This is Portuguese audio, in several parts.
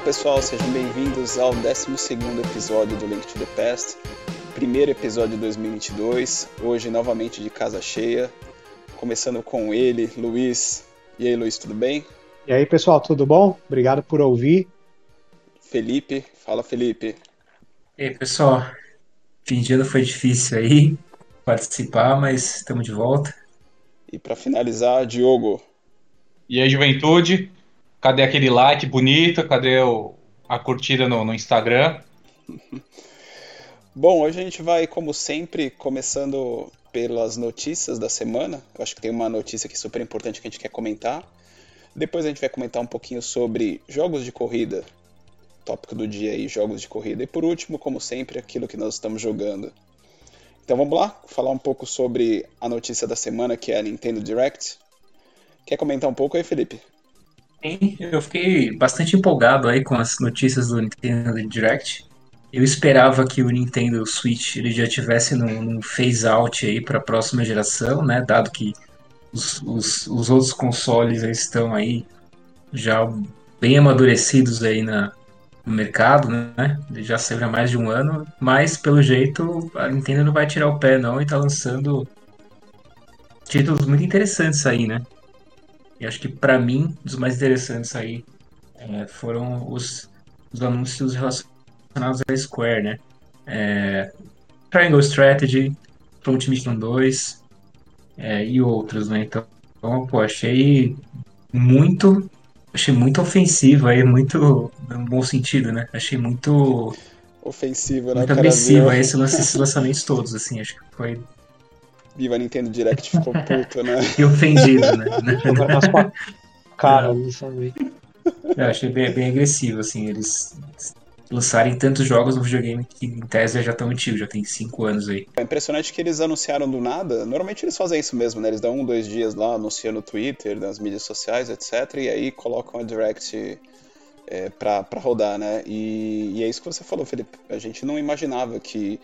pessoal, sejam bem-vindos ao 12º episódio do Link to the Past, primeiro episódio de 2022, hoje novamente de casa cheia, começando com ele, Luiz. E aí, Luiz, tudo bem? E aí, pessoal, tudo bom? Obrigado por ouvir. Felipe, fala Felipe. E aí, pessoal, fim de ano foi difícil aí participar, mas estamos de volta. E para finalizar, Diogo. E aí, juventude, cadê aquele like bonito? Cadê a curtida no Instagram? Bom, hoje a gente vai, como sempre, começando pelas notícias da semana. Eu acho que tem uma notícia aqui super importante que a gente quer comentar. Depois a gente vai comentar um pouquinho sobre jogos de corrida, tópico do dia aí, jogos de corrida. E por último, como sempre, aquilo que nós estamos jogando. Então vamos lá, falar um pouco sobre a notícia da semana, que é a Nintendo Direct. Quer comentar um pouco aí, Felipe? Sim, eu fiquei bastante empolgado aí com as notícias do Nintendo Direct. Eu esperava que o Nintendo Switch ele já tivesse num phase-out aí para a próxima geração, né? Dado que os outros consoles já estão aí já bem amadurecidos aí no mercado, né? Já saiu há mais de um ano, mas pelo jeito a Nintendo não vai tirar o pé não e tá lançando títulos muito interessantes aí, né? E acho que pra mim, os mais interessantes aí foram os anúncios relacionados à Square, né? Triangle Strategy, Front Mission 2 e outros, né? Então, pô, muito achei muito ofensivo aí, muito no bom sentido, né? Achei Ofensivo, né? O muito cara viu. agressivo aí esses lançamentos todos, assim, acho que foi Viva a Nintendo Direct, ficou puto, né? e ofendido, né? Jogando na sua cara, isso também. Eu achei bem agressivo, assim, eles lançarem tantos jogos no videogame que em tese já tão antigo, já tem 5 anos aí. É impressionante que eles anunciaram do nada. Normalmente eles fazem isso mesmo, né? Eles dão 2 dias lá, anunciam no Twitter, nas mídias sociais, etc. E aí colocam a Direct pra rodar, né? E é isso que você falou, Felipe. A gente não imaginava que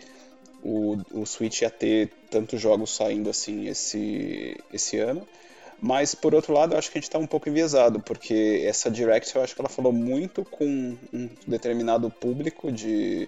o Switch ia ter tantos jogos saindo assim esse ano. Mas, por outro lado, eu acho que a gente está um pouco enviesado, porque essa Direct, eu acho que ela falou muito com um determinado público de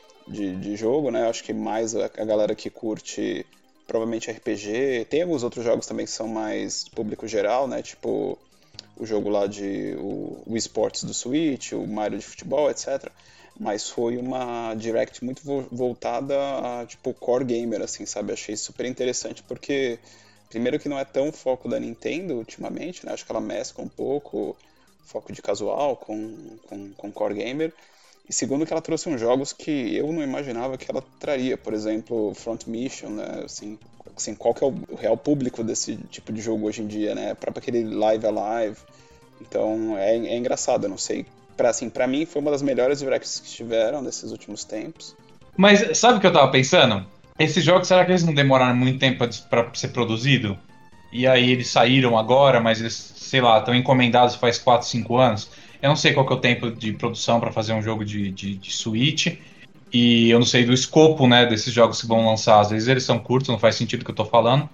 jogo, né? Eu acho que mais a galera que curte, provavelmente RPG. Tem alguns outros jogos também que são mais público geral, né? Tipo o jogo lá o Wii Sports do Switch, o Mario de futebol, etc. Mas foi uma Direct muito voltada a, tipo, core gamer, assim, sabe? Achei super interessante porque... Primeiro que não é tão foco da Nintendo ultimamente, né? Acho que ela mescla um pouco foco de casual com core gamer. E segundo que ela trouxe uns jogos que eu não imaginava que ela traria. Por exemplo, Front Mission, né? Assim, qual que é o real público desse tipo de jogo hoje em dia, né? Para aquele Live Alive. Então é engraçado, eu não sei. Pra mim foi uma das melhores directs que tiveram nesses últimos tempos. Mas sabe o que eu tava pensando? Esses jogos, será que eles não demoraram muito tempo pra ser produzido? E aí eles saíram agora, mas eles, sei lá, estão encomendados faz 4, 5 anos. Eu não sei qual que é o tempo de produção para fazer um jogo de Switch. E eu não sei do escopo, né, desses jogos que vão lançar. Às vezes eles são curtos, não faz sentido o que eu tô falando.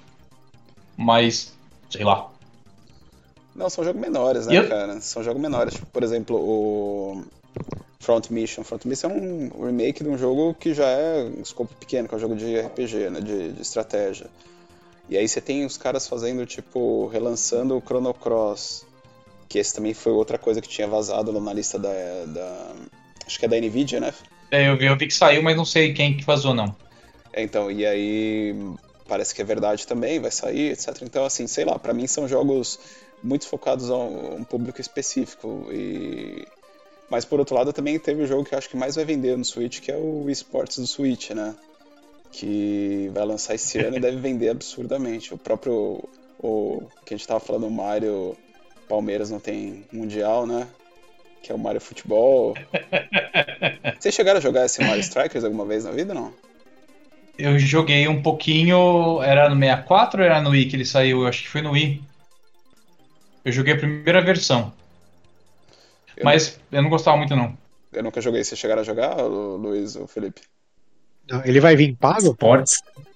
Mas, sei lá. Não, são jogos menores, né, cara? São jogos menores. Tipo, por exemplo, o Front Mission. Front Mission é um remake de um jogo que já é um escopo pequeno, que é um jogo de RPG, né, de estratégia. E aí você tem os caras fazendo, tipo, relançando o Chrono Cross, que esse também foi outra coisa que tinha vazado lá na lista acho que é da Nvidia, né? Eu vi que saiu, mas não sei quem que vazou, não. Então, e aí parece que é verdade também, vai sair, etc. Então, assim, sei lá, pra mim são jogos muito focados a um público específico. Mas, por outro lado, também teve o jogo que eu acho que mais vai vender no Switch, que é o Wii Sports do Switch, né? Que vai lançar esse ano e deve vender absurdamente. O próprio, que a gente tava falando, o Mario Palmeiras não tem mundial, né? Que é o Mario Futebol. Vocês chegaram a jogar esse Mario Strikers alguma vez na vida, não? Eu joguei um pouquinho, era no 64 ou era no Wii que ele saiu? Eu acho que foi no Wii. Eu joguei a primeira versão. Mas eu não gostava muito, não. Eu nunca joguei. Vocês chegaram a jogar, Luiz ou Felipe? Não, ele vai vir pago? Sports.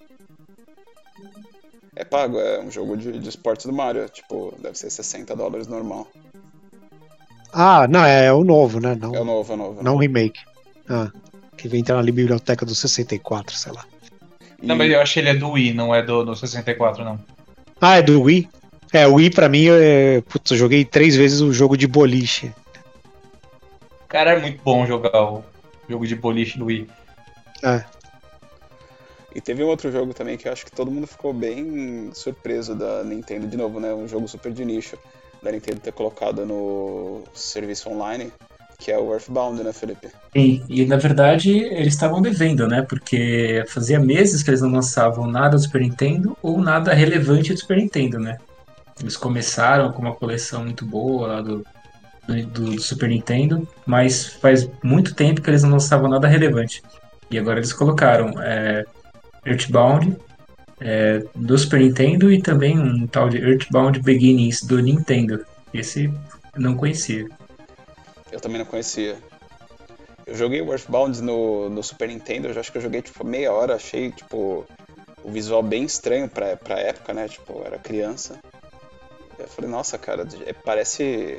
É pago, é um jogo de esportes do Mario. Tipo, deve ser $60 normal. Ah, não, é o novo, né? Não, É o novo, é o novo. não o remake. Ah, que vem entrar na biblioteca do 64, sei lá. Não, mas eu achei ele é do Wii, não é do 64, não. Ah, é do Wii? É, o Wii pra mim, putz, eu joguei 3 vezes o jogo de boliche. Cara, é muito bom jogar o jogo de boliche do Wii. É. E teve um outro jogo também que eu acho que todo mundo ficou bem surpreso da Nintendo, de novo, né? Um jogo super de nicho da Nintendo ter colocado no serviço online, que é o Earthbound, né, Felipe? Sim, e na verdade eles estavam devendo, né? Porque fazia meses que eles não lançavam nada do Super Nintendo ou nada relevante do Super Nintendo, né? Eles começaram com uma coleção muito boa lá do Super Nintendo, mas faz muito tempo que eles não lançavam nada relevante. E agora eles colocaram Earthbound do Super Nintendo e também um tal de Earthbound Beginnings do Nintendo. Esse eu não conhecia. Eu também não conhecia. Eu joguei o Earthbound no Super Nintendo, eu acho que eu joguei tipo meia hora, achei tipo o visual bem estranho pra época, né? Tipo, eu era criança. Eu falei, nossa, cara, parece.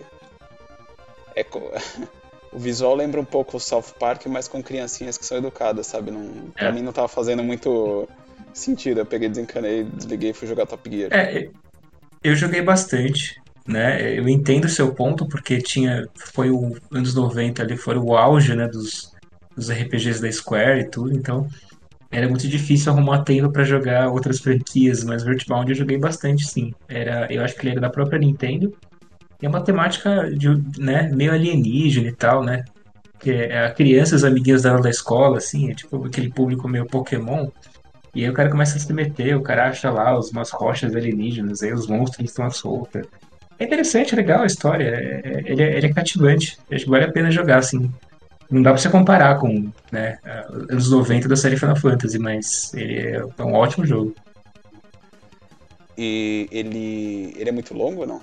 O visual lembra um pouco o South Park, mas com criancinhas que são educadas, sabe? Não, pra mim não tava fazendo muito sentido. Eu peguei, desencanei, desliguei e fui jogar Top Gear. Eu joguei bastante, né? Eu entendo o seu ponto, porque foi o anos 90 ali, foi o auge, né, dos RPGs da Square e tudo, então era muito difícil arrumar tempo pra jogar outras franquias, mas o Earthbound eu joguei bastante, sim. Eu acho que ele era da própria Nintendo, e é uma temática né, meio alienígena e tal, né? Que é a criança, os amiguinhos dela da escola, assim, é tipo aquele público meio Pokémon. E aí o cara começa a se meter, o cara acha lá umas rochas alienígenas, aí os monstros estão à solta. É interessante, é legal a história, ele é cativante, acho que vale a pena jogar, assim. Não dá pra você comparar com, né, anos 90 da série Final Fantasy, mas ele é um ótimo jogo. E ele é muito longo ou não?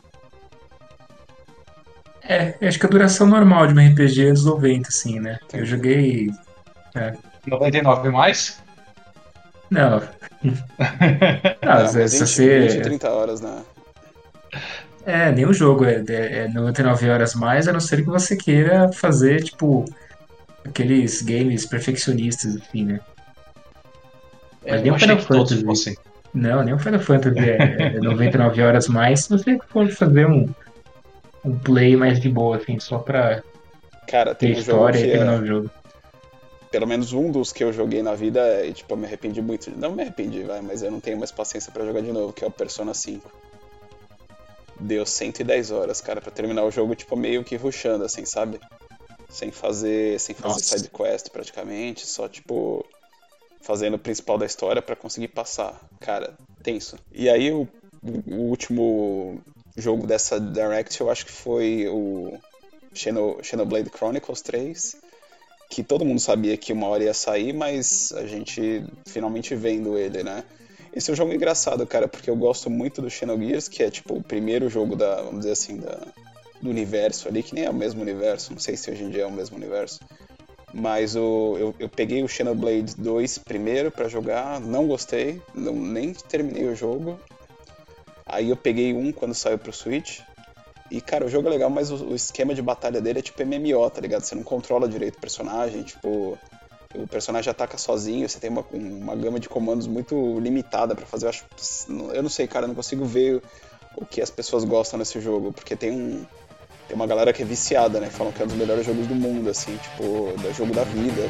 Eu acho que a duração normal de um RPG é anos 90, assim, né? Eu Entendi. joguei. é, 99 mais? não, não, Não, umas se 20, você. 30 horas, né? Nenhum jogo é 99 horas mais, a não ser que você queira fazer, tipo, aqueles games perfeccionistas, assim, né? Mas nem Eu o achei Final que todos Fantasy. fossem. Não, nem o Final Fantasy é 99 horas mais se você for fazer um play mais de boa, assim, só pra Cara, ter tem um jogo história que e terminar é. o jogo. Pelo menos um dos que eu joguei na vida, e tipo, eu me arrependi muito. Não me arrependi, vai, mas eu não tenho mais paciência pra jogar de novo, que é o Persona 5. Deu 110 horas, cara, pra terminar o jogo, tipo, meio que rushando, assim, sabe? Sem fazer Nossa. side quest praticamente, só tipo fazendo o principal da história pra conseguir passar. Cara, tenso. E aí o último jogo dessa Direct eu acho que foi o Xenoblade Chronicles 3, que todo mundo sabia que uma hora ia sair, mas a gente finalmente vendo ele, né? Esse é um jogo engraçado, cara, porque eu gosto muito do Xenogears, que é tipo o primeiro jogo vamos dizer assim, do universo ali, que nem é o mesmo universo, não sei se hoje em dia é o mesmo universo. Mas eu peguei o Xenoblade 2 primeiro pra jogar, não gostei, nem terminei o jogo. Aí eu peguei um quando saiu pro Switch. E, cara, o jogo é legal, mas o esquema de batalha dele é tipo MMO, tá ligado? Você não controla direito o personagem, tipo... O personagem ataca sozinho, você tem uma gama de comandos muito limitada pra fazer. Eu não sei, cara, eu não consigo ver o que as pessoas gostam nesse jogo, porque tem uma galera que é viciada, né? Falam que é um dos melhores jogos do mundo, assim, tipo, do jogo da vida.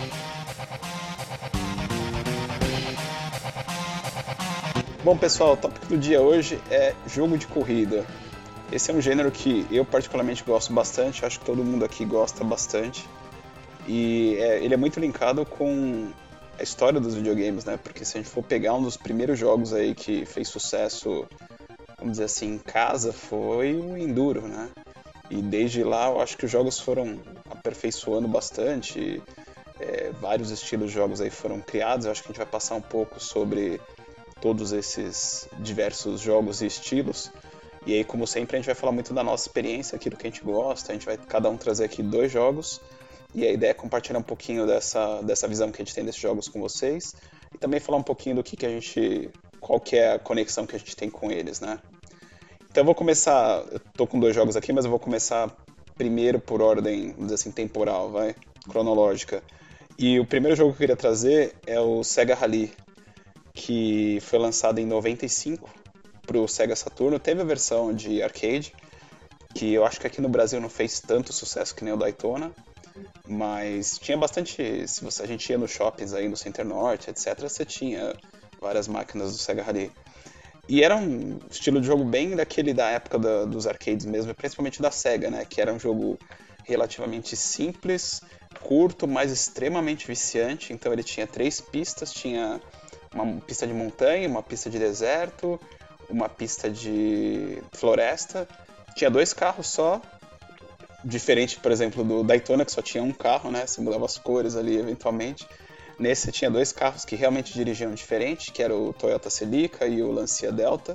Bom, pessoal, o tópico do dia hoje é jogo de corrida. Esse é um gênero que eu particularmente gosto bastante, acho que todo mundo aqui gosta bastante. E ele é muito linkado com a história dos videogames, né? Porque se a gente for pegar um dos primeiros jogos aí que fez sucesso, vamos dizer assim, em casa, foi o Enduro, né? E desde lá eu acho que os jogos foram aperfeiçoando bastante, vários estilos de jogos aí foram criados, eu acho que a gente vai passar um pouco sobre todos esses diversos jogos e estilos. E aí, como sempre, a gente vai falar muito da nossa experiência, aquilo que a gente gosta, a gente vai cada um trazer aqui 2 jogos, e a ideia é compartilhar um pouquinho dessa visão que a gente tem desses jogos com vocês, e também falar um pouquinho do qual que é a conexão que a gente tem com eles, né? Então eu vou começar, eu tô com 2 jogos aqui, mas eu vou começar primeiro por ordem, vamos dizer assim, temporal, vai, cronológica. E o primeiro jogo que eu queria trazer é o Sega Rally, que foi lançado em 95 pro Sega Saturno. Teve a versão de arcade, que eu acho que aqui no Brasil não fez tanto sucesso que nem o Daytona, mas tinha bastante. A gente ia nos shoppings aí no Center Norte, etc., você tinha várias máquinas do Sega Rally. E era um estilo de jogo bem daquele da época dos arcades mesmo, principalmente da Sega, né? Que era um jogo relativamente simples, curto, mas extremamente viciante. Então ele tinha 3 pistas, tinha uma pista de montanha, uma pista de deserto, uma pista de floresta. Tinha 2 carros só, diferente, por exemplo, do Daytona, que só tinha um carro, né? Você mudava as cores ali, eventualmente. Nesse tinha 2 carros que realmente dirigiam diferente, que era o Toyota Celica e o Lancia Delta.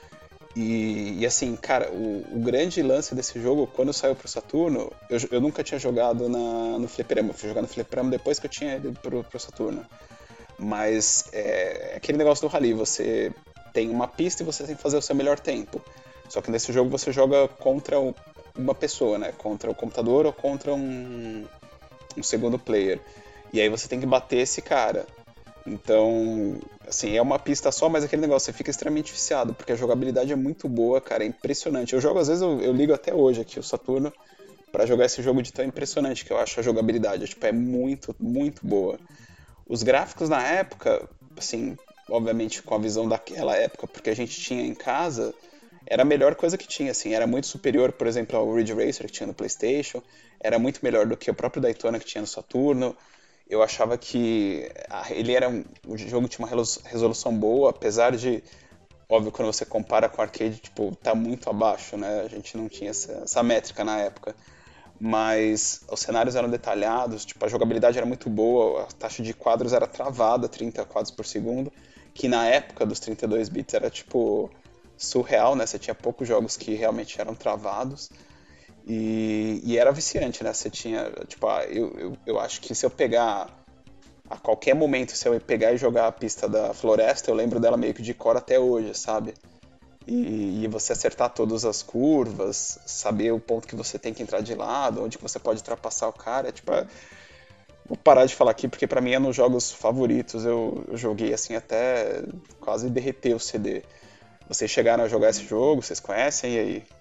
E assim, cara, o grande lance desse jogo, quando saiu pro Saturno, eu nunca tinha jogado no fliperama. Eu fui jogar no fliperama depois que eu tinha ido pro Saturno. Mas é aquele negócio do rally, você tem uma pista e você tem que fazer o seu melhor tempo. Só que nesse jogo você joga contra uma pessoa, né? Contra o computador ou contra um segundo player. E aí você tem que bater esse cara. Então, assim, é uma pista só, mas aquele negócio, você fica extremamente viciado, porque a jogabilidade é muito boa, cara, é impressionante. Eu jogo, às vezes, eu ligo até hoje aqui o Saturno pra jogar esse jogo de tão impressionante que eu acho a jogabilidade. Tipo, é muito, muito boa. Os gráficos na época, assim, obviamente com a visão daquela época, porque a gente tinha em casa, era a melhor coisa que tinha, assim, era muito superior, por exemplo, ao Ridge Racer que tinha no PlayStation, era muito melhor do que o próprio Daytona que tinha no Saturno. Eu achava que o jogo tinha uma resolução boa, apesar de, óbvio, quando você compara com o arcade, tipo, tá muito abaixo, né? A gente não tinha essa métrica na época. Mas os cenários eram detalhados, tipo, a jogabilidade era muito boa, a taxa de quadros era travada, 30 quadros por segundo, que na época dos 32 bits era, tipo, surreal, né? Você tinha poucos jogos que realmente eram travados. E era viciante, né? Você tinha, tipo, eu acho que se eu pegar, a qualquer momento, se eu pegar e jogar a pista da floresta, eu lembro dela meio que de cor até hoje, sabe? E você acertar todas as curvas, saber o ponto que você tem que entrar de lado, onde que você pode ultrapassar o cara, tipo, vou parar de falar aqui porque pra mim é nos jogos favoritos, eu joguei assim até quase derreter o CD. Vocês chegaram a jogar esse jogo, vocês conhecem, e aí?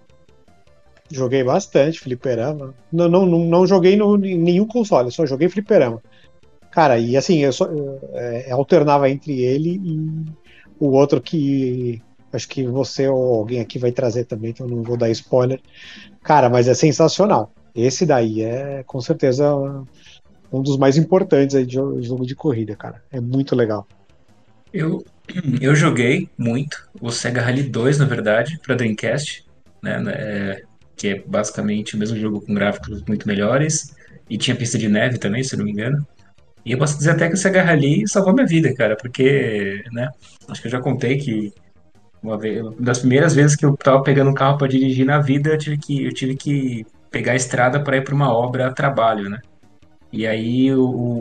Joguei bastante fliperama. Não joguei em nenhum console, só joguei fliperama. Cara, e assim, eu alternava entre ele e o outro que acho que você ou alguém aqui vai trazer também, então não vou dar spoiler. Cara, mas é sensacional. Esse daí é com certeza um dos mais importantes aí de jogo de corrida, cara. É muito legal. Eu, eu joguei muito o Sega Rally 2, na verdade, para Dreamcast, né, que é basicamente o mesmo jogo com gráficos muito melhores, e tinha pista de neve também, se eu não me engano. E eu posso dizer até que o Sega Rally salvou minha vida, cara, porque, né, acho que eu já contei que uma das primeiras vezes que eu tava pegando um carro para dirigir na vida, eu tive que pegar a estrada para ir para uma obra a trabalho, né? E aí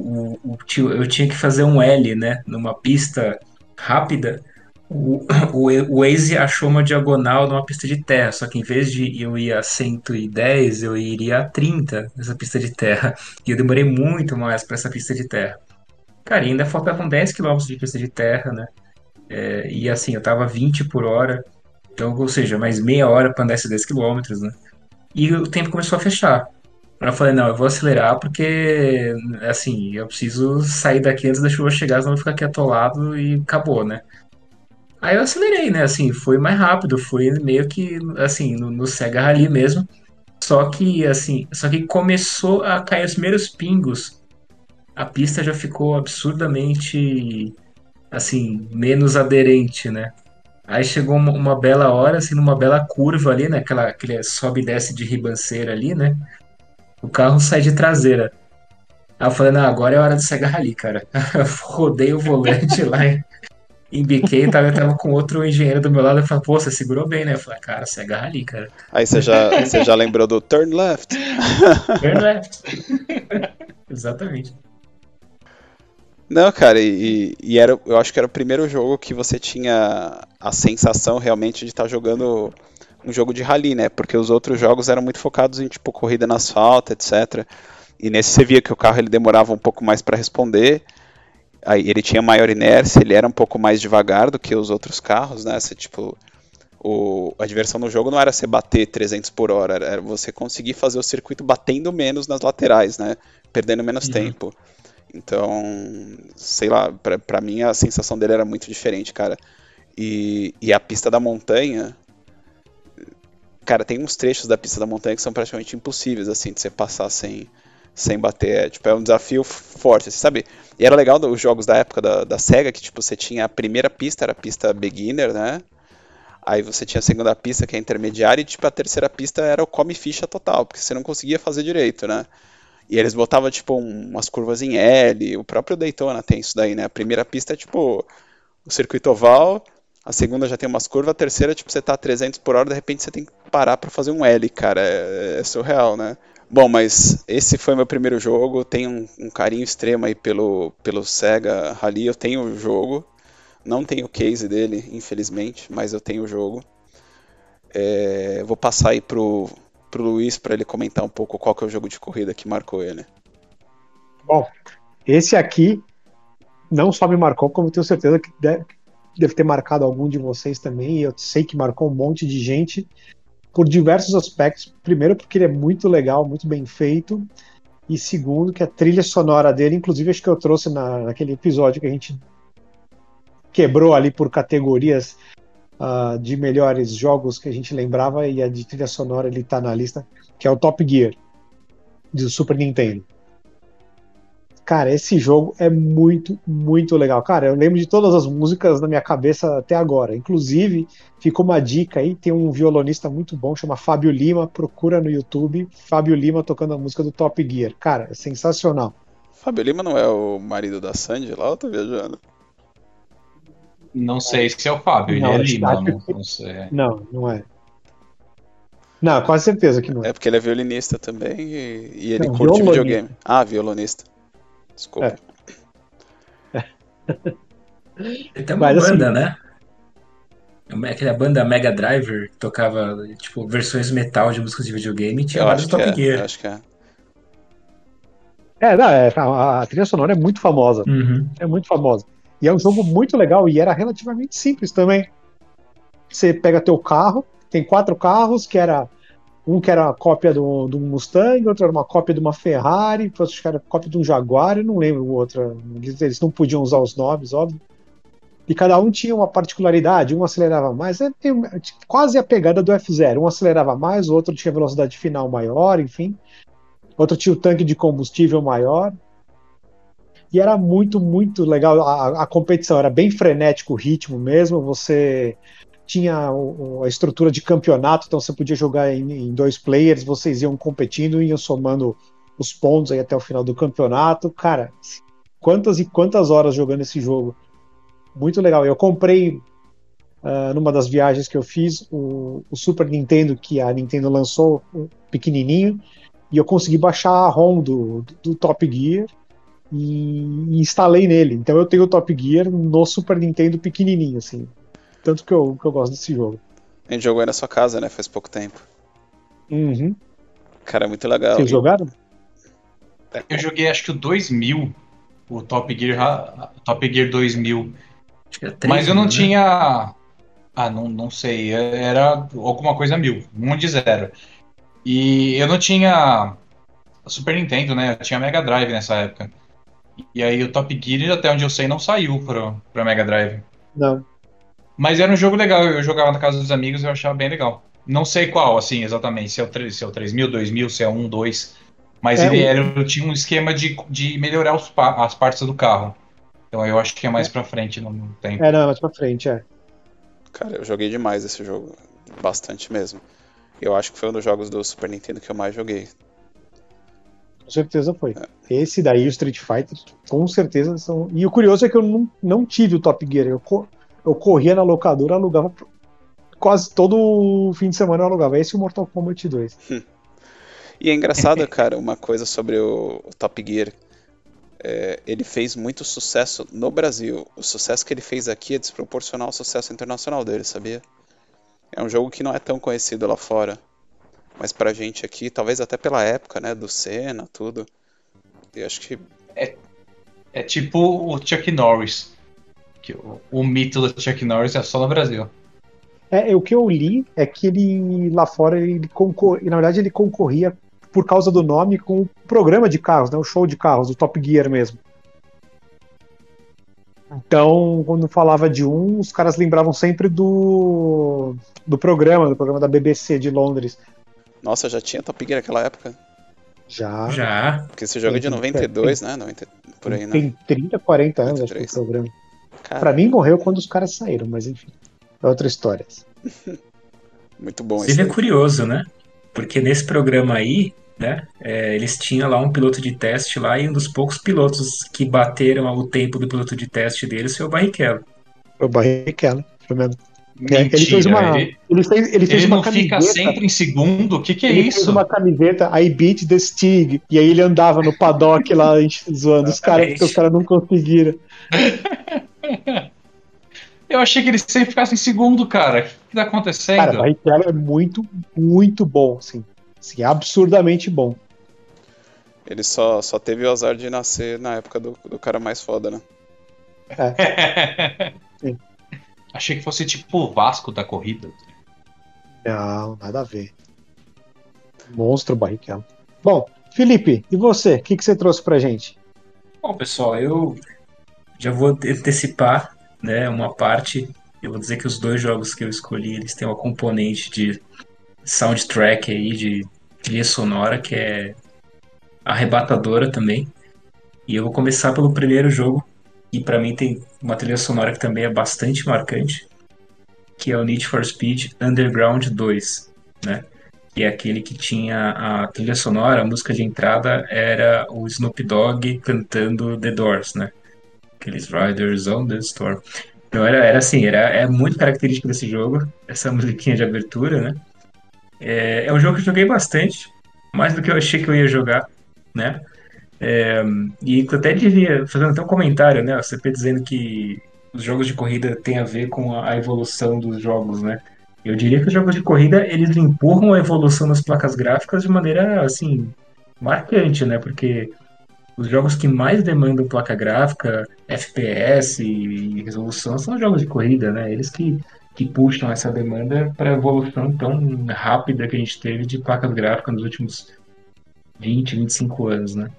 eu tinha que fazer um L, né? Numa pista rápida. O Waze achou uma diagonal numa pista de terra, só que em vez de eu ir a 110, eu iria a 30 nessa pista de terra. E eu demorei muito mais para essa pista de terra. Cara, e ainda faltavam 10 quilômetros de pista de terra, né? E assim, eu tava 20 por hora, então, ou seja, mais meia hora para andar esses 10 quilômetros, né? E o tempo começou a fechar. Eu falei, não, eu vou acelerar porque, assim, eu preciso sair daqui antes da chuva chegar, senão eu vou ficar aqui atolado e acabou, né? Aí eu acelerei, né? Assim, foi mais rápido, foi meio que, assim, no Sega Rally mesmo. Só que começou a cair os primeiros pingos. A pista já ficou absurdamente, assim, menos aderente, né? Aí chegou uma bela hora, assim, numa bela curva ali, né? Aquele sobe e desce de ribanceira ali, né? O carro sai de traseira. Aí eu falei, não, agora é hora do Sega Rally, cara. Eu rodei o volante lá, embiquei, eu tava com outro engenheiro do meu lado, eu falei, pô, você segurou bem, né? Eu falei, cara, Sega Rally, cara. Aí você já lembrou do Turn Left? Turn left. Exatamente. Não, cara, eu acho que era o primeiro jogo que você tinha a sensação realmente de estar jogando um jogo de rally, né? Porque os outros jogos eram muito focados em tipo corrida no asfalto, etc. E nesse você via que o carro ele demorava um pouco mais para responder. Aí ele tinha maior inércia, ele era um pouco mais devagar do que os outros carros, né? Você, tipo, a diversão no jogo não era você bater 300 por hora, era você conseguir fazer o circuito batendo menos nas laterais, né? Perdendo menos tempo. Então, sei lá, pra mim a sensação dele era muito diferente, cara. E a pista da montanha, cara, tem uns trechos da pista da montanha que são praticamente impossíveis, assim, de você passar sem bater. É um desafio forte, você sabe? E era legal os jogos da época da SEGA, que tipo, você tinha a primeira pista, era a pista beginner, né? Aí você tinha a segunda pista, que é a intermediária, e tipo, a terceira pista era o come ficha total, porque você não conseguia fazer direito, né? E eles botavam, tipo, umas curvas em L, o próprio Daytona tem isso daí, né? A primeira pista é, tipo, o circuito oval, a segunda já tem umas curvas, a terceira, tipo, você tá a 300 por hora, de repente você tem que parar pra fazer um L, cara, é surreal, né? Bom, mas esse foi meu primeiro jogo, tenho um carinho extremo aí pelo Sega Rally, eu tenho o jogo, não tenho o case dele, infelizmente, mas eu tenho o jogo. Vou passar aí pro Luiz para ele comentar um pouco qual que é o jogo de corrida que marcou ele. Bom, esse aqui não só me marcou, como eu tenho certeza que deve ter marcado algum de vocês também, e eu sei que marcou um monte de gente por diversos aspectos. Primeiro, porque ele é muito legal, muito bem feito, e segundo, que a trilha sonora dele, inclusive acho que eu trouxe naquele episódio que a gente quebrou ali por categorias de melhores jogos que a gente lembrava, e a de trilha sonora ele tá na lista, que é o Top Gear, do Super Nintendo. Cara, esse jogo é muito, muito legal. Cara, eu lembro de todas as músicas na minha cabeça até agora. Inclusive, ficou uma dica aí, tem um violonista muito bom, chama Fábio Lima, procura no YouTube, Fábio Lima tocando a música do Top Gear. Cara, é sensacional. Fábio Lima não é o marido da Sandy lá, eu tô viajando? Não sei se é o Fábio, ele Não, é acho, Lima, acho que... não sei. Não, não é. Não, quase certeza que não é. É porque ele é violinista também e ele Não, curte violonista. videogame. Ah, violonista. Desculpa. Ele tem uma Mas assim, banda, né? Aquela banda Mega Driver que tocava, tipo, versões metal de músicas de videogame e tinha Eu vários acho que Top é, eu Gear. acho que é. não, a trilha sonora é muito famosa. Uhum. É muito famosa. E é um jogo muito legal e era relativamente simples também. Você pega teu carro, tem 4 carros, um que era a cópia do Mustang, outro era uma cópia de uma Ferrari, outro que era cópia de um Jaguar, eu não lembro o outro. Eles não podiam usar os nomes, óbvio. E cada um tinha uma particularidade, um acelerava mais, quase a pegada do F0. Um acelerava mais, o outro tinha velocidade final maior, enfim. Outro tinha o tanque de combustível maior. E era muito, muito legal. A competição era bem frenético o ritmo mesmo. Você tinha a estrutura de campeonato, então você podia jogar em 2 players, vocês iam competindo, iam somando os pontos aí até o final do campeonato. Cara, quantas e quantas horas jogando esse jogo. Muito legal. Eu comprei, numa das viagens que eu fiz, o Super Nintendo, que a Nintendo lançou, pequenininho, e eu consegui baixar a ROM do Top Gear e instalei nele. Então eu tenho o Top Gear no Super Nintendo pequenininho, assim. Tanto que eu gosto desse jogo. A gente jogou aí na sua casa, né? Faz pouco tempo. Uhum. Cara, é muito legal. Vocês jogaram? Eu joguei acho que o 2000, o Top Gear 2000, Acho que era mas 3 eu não mil, né? tinha. Ah, não sei, era alguma coisa 1000, um de zero. E eu não tinha Super Nintendo, né? Eu tinha Mega Drive nessa época. E aí o Top Gear, até onde eu sei, não saiu pra Mega Drive. Não. Mas era um jogo legal, eu jogava na casa dos amigos e eu achava bem legal. Não sei qual, assim, exatamente, se é o 3000, 2000, se é 1, 2. Mas É, tinha um esquema de melhorar as partes do carro. Então eu acho que é mais pra frente no tempo. não, mais pra frente, é. Cara, eu joguei demais esse jogo. Bastante mesmo. Eu acho que foi um dos jogos do Super Nintendo que eu mais joguei. Com certeza foi. Esse daí, o Street Fighter, com certeza são. E o curioso é que eu não tive o Top Gear. Eu corria na locadora, alugava quase todo fim de semana, eu alugava. Esse e o Mortal Kombat 2. E é engraçado, cara, uma coisa sobre o Top Gear. Ele fez muito sucesso no Brasil. O sucesso que ele fez aqui é desproporcional ao sucesso internacional dele, sabia? É um jogo que não é tão conhecido lá fora. Mas pra gente aqui, talvez até pela época, né? Do Senna, tudo. Eu acho que. É tipo o Chuck Norris. Que o mito do Chuck Norris é só no Brasil. O que eu li é que ele lá fora na verdade ele concorria por causa do nome com o programa de carros, né, o show de carros, o Top Gear mesmo. Então, quando falava de os caras lembravam sempre do programa da BBC de Londres. Nossa, já tinha Top Gear naquela época? Já. Já. Porque esse jogo é de 92, né? 90, por aí, né? Tem 30, 40 anos, 93. acho que o programa. Cara, Pra mim morreu quando os caras saíram, mas enfim. É outra história. muito bom Inclusive isso é aí. curioso, né? Porque nesse programa aí, né, eles tinham lá um piloto de teste lá e um dos poucos pilotos que bateram o tempo do piloto de teste dele foi o Barrichello. O Barrichello, foi mesmo. Ele fez Mentira. ele fez Ele uma não fica camiseta. sempre em segundo? O que é Ele fez isso? uma camiseta, I beat the Stig, e aí ele andava no paddock lá zoando os caras, porque os caras não conseguiram. Eu achei que ele sempre ficasse em segundo, cara. O que tá Cara, acontecendo? Barrichello é muito, muito bom, assim. Assim, absurdamente bom. Ele só teve o azar de nascer na época do cara mais foda, né? Sim. Achei que fosse tipo o Vasco da corrida. Não, nada a ver. Monstro Barrichello. Bom, Felipe, e você? O que você trouxe pra gente? Bom, pessoal, eu já vou antecipar, né, uma parte. Eu vou dizer que os dois jogos que eu escolhi, eles têm uma componente de soundtrack aí, de trilha sonora, que é arrebatadora também. E eu vou começar pelo primeiro jogo, e pra mim tem uma trilha sonora que também é bastante marcante, que é o Need for Speed Underground 2, né? Que é aquele que tinha a trilha sonora, a música de entrada era o Snoop Dogg cantando The Doors, né? Aqueles Riders on the Storm. Então era assim, é muito característico desse jogo, essa musiquinha de abertura, né? É um jogo que eu joguei bastante, mais do que eu achei que eu ia jogar, né? E eu até devia, fazendo até um comentário, né? O CP dizendo que os jogos de corrida têm a ver com a evolução dos jogos, né? Eu diria que os jogos de corrida, eles empurram a evolução das placas gráficas de maneira, assim, marcante, né? Porque os jogos que mais demandam placa gráfica, FPS e resolução são os jogos de corrida, né? Eles que puxam essa demanda para a evolução tão rápida que a gente teve de placas gráficas nos últimos 20, 25 anos, né?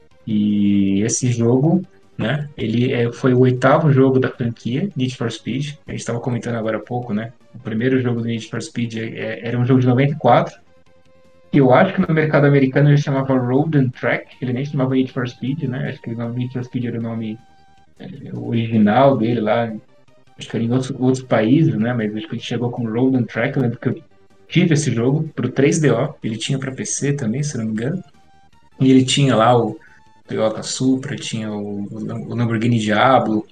E esse jogo, né? Foi o oitavo jogo da franquia Need for Speed. A gente estava comentando agora há pouco, né? O primeiro jogo do Need for Speed era um jogo de 94. E eu acho que no mercado americano ele chamava Road and Track. Ele nem chamava Need for Speed, né? Acho que o nome Need for Speed era o nome original dele lá. Acho que era em outros países, né? Mas acho que ele chegou com Road and Track. Eu lembro que eu tive esse jogo pro 3DO. Ele tinha para PC também, se não me engano. E ele tinha lá o Toyota Supra, tinha o Lamborghini Diablo,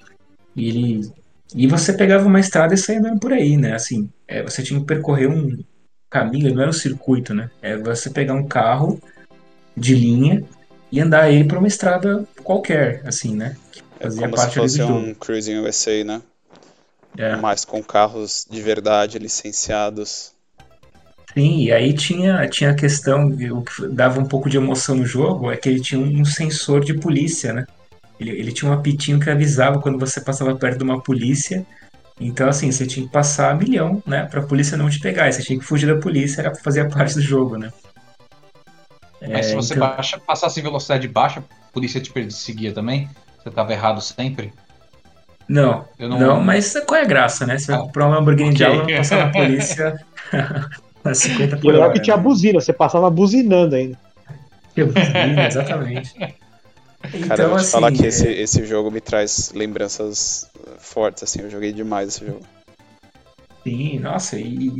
e você pegava uma estrada e saía andando por aí, né? Assim, você tinha que percorrer um caminho, não era um circuito, né? É você pegar um carro de linha e andar ele por uma estrada qualquer, assim, né? Que É fazia como se parte ali do fosse jogo. um Cruising USA, né? É. Mas com carros de verdade, licenciados. Sim, e aí tinha a questão, o que dava um pouco de emoção no jogo, é que ele tinha um sensor de polícia, né? Ele tinha um apitinho que avisava quando você passava perto de uma polícia. Então, assim, você tinha que passar a milhão, né? Pra polícia não te pegar. E você tinha que fugir da polícia, era pra fazer parte do jogo, né? Mas se você Então, passasse em velocidade baixa, a polícia te perseguia também? Você tava errado sempre? não, Eu não, não. mas qual é a graça, né? Você vai Ah, comprar um Lamborghini ok. Diablo e vai passar na polícia a 50 E por legal que hora, tinha né? buzina, você passava buzinando ainda. Sim, exatamente. Cara, eu Então, vou te falar assim, que esse jogo me traz lembranças fortes, assim. Eu joguei demais esse jogo. sim, nossa,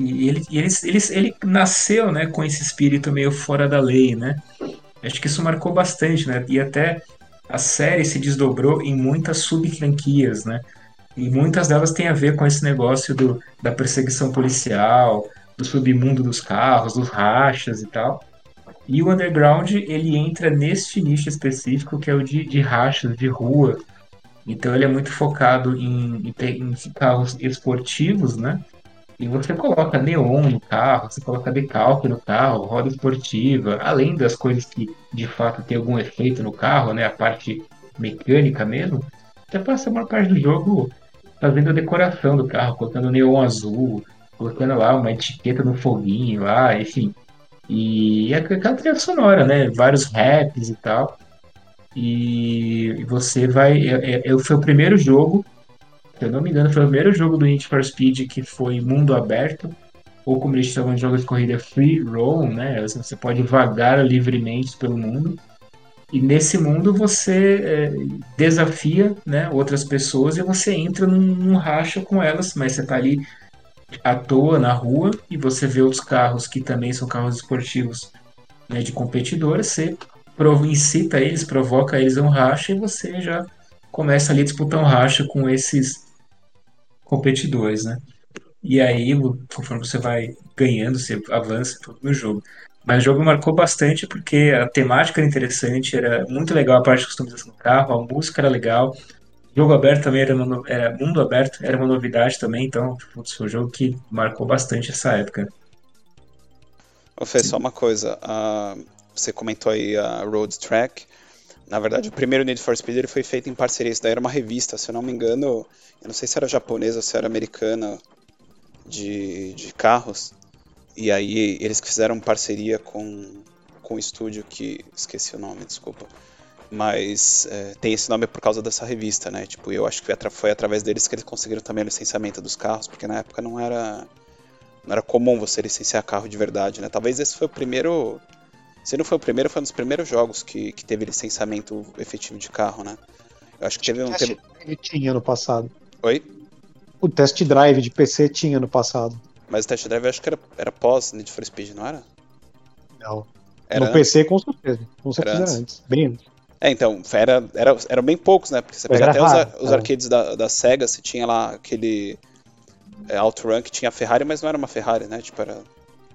ele nasceu, né, com esse espírito meio fora da lei, né? Acho que isso marcou bastante, né? E até a série se desdobrou em muitas sub-franquias, né? E muitas delas têm a ver com esse negócio da perseguição policial, do submundo dos carros, dos rachas e tal. E o Underground, ele entra neste nicho específico que é o de rachas, de rua. Então ele é muito focado em carros esportivos, né? E você coloca neon no carro, você coloca decalque no carro, roda esportiva, além das coisas que de fato tem algum efeito no carro, né? A parte mecânica mesmo, você passa a maior parte do jogo fazendo a decoração do carro, colocando neon azul, colocando lá uma etiqueta no foguinho lá, enfim. E é aquela trilha sonora, né? Vários raps e tal. E você vai. Foi o primeiro jogo, se eu não me engano, foi o primeiro jogo do Need for Speed que foi mundo aberto, ou como eles chamam de jogo de corrida, free roam, né? Você pode vagar livremente pelo mundo. E nesse mundo você desafia, né, outras pessoas e você entra num racha com elas, mas você tá ali à toa na rua e você vê outros carros que também são carros esportivos, né, de competidores, você incita eles, provoca eles a um racha e você já começa ali a disputar um racha com esses competidores, né? E aí, conforme você vai ganhando, você avança tudo no jogo. Mas o jogo marcou bastante porque a temática era interessante, era muito legal a parte de customização do carro, a música era legal. O jogo aberto também era mundo aberto, era uma novidade também, então putz, foi um jogo que marcou bastante essa época. Ô, Fê, só uma coisa. Você comentou aí a Road Track. Na verdade, o primeiro Need for Speed ele foi feito em parceria. Isso daí era uma revista, se eu não me engano. Eu não sei se era japonesa ou se era americana de carros. E aí eles fizeram parceria com um estúdio que... Esqueci o nome, desculpa. Mas tem esse nome por causa dessa revista, né? Tipo, eu acho que foi através deles que eles conseguiram também o licenciamento dos carros, porque na época não era comum você licenciar carro de verdade, né? Talvez esse foi o primeiro... Se não foi o primeiro, foi um dos primeiros jogos que teve licenciamento efetivo de carro, né? Eu acho que teve um tempo... Ele tinha no passado. Oi? O Test Drive de PC tinha no passado. Mas o Test Drive eu acho que era pós Need for Speed, não era? Não. Era no PC, com certeza. Com certeza Era era antes. antes. Bem antes. Então, eram bem poucos, né? Porque você pega Era até raro, os arcades da Sega, você tinha lá aquele OutRun que tinha a Ferrari, mas não era uma Ferrari, né? Tipo, era...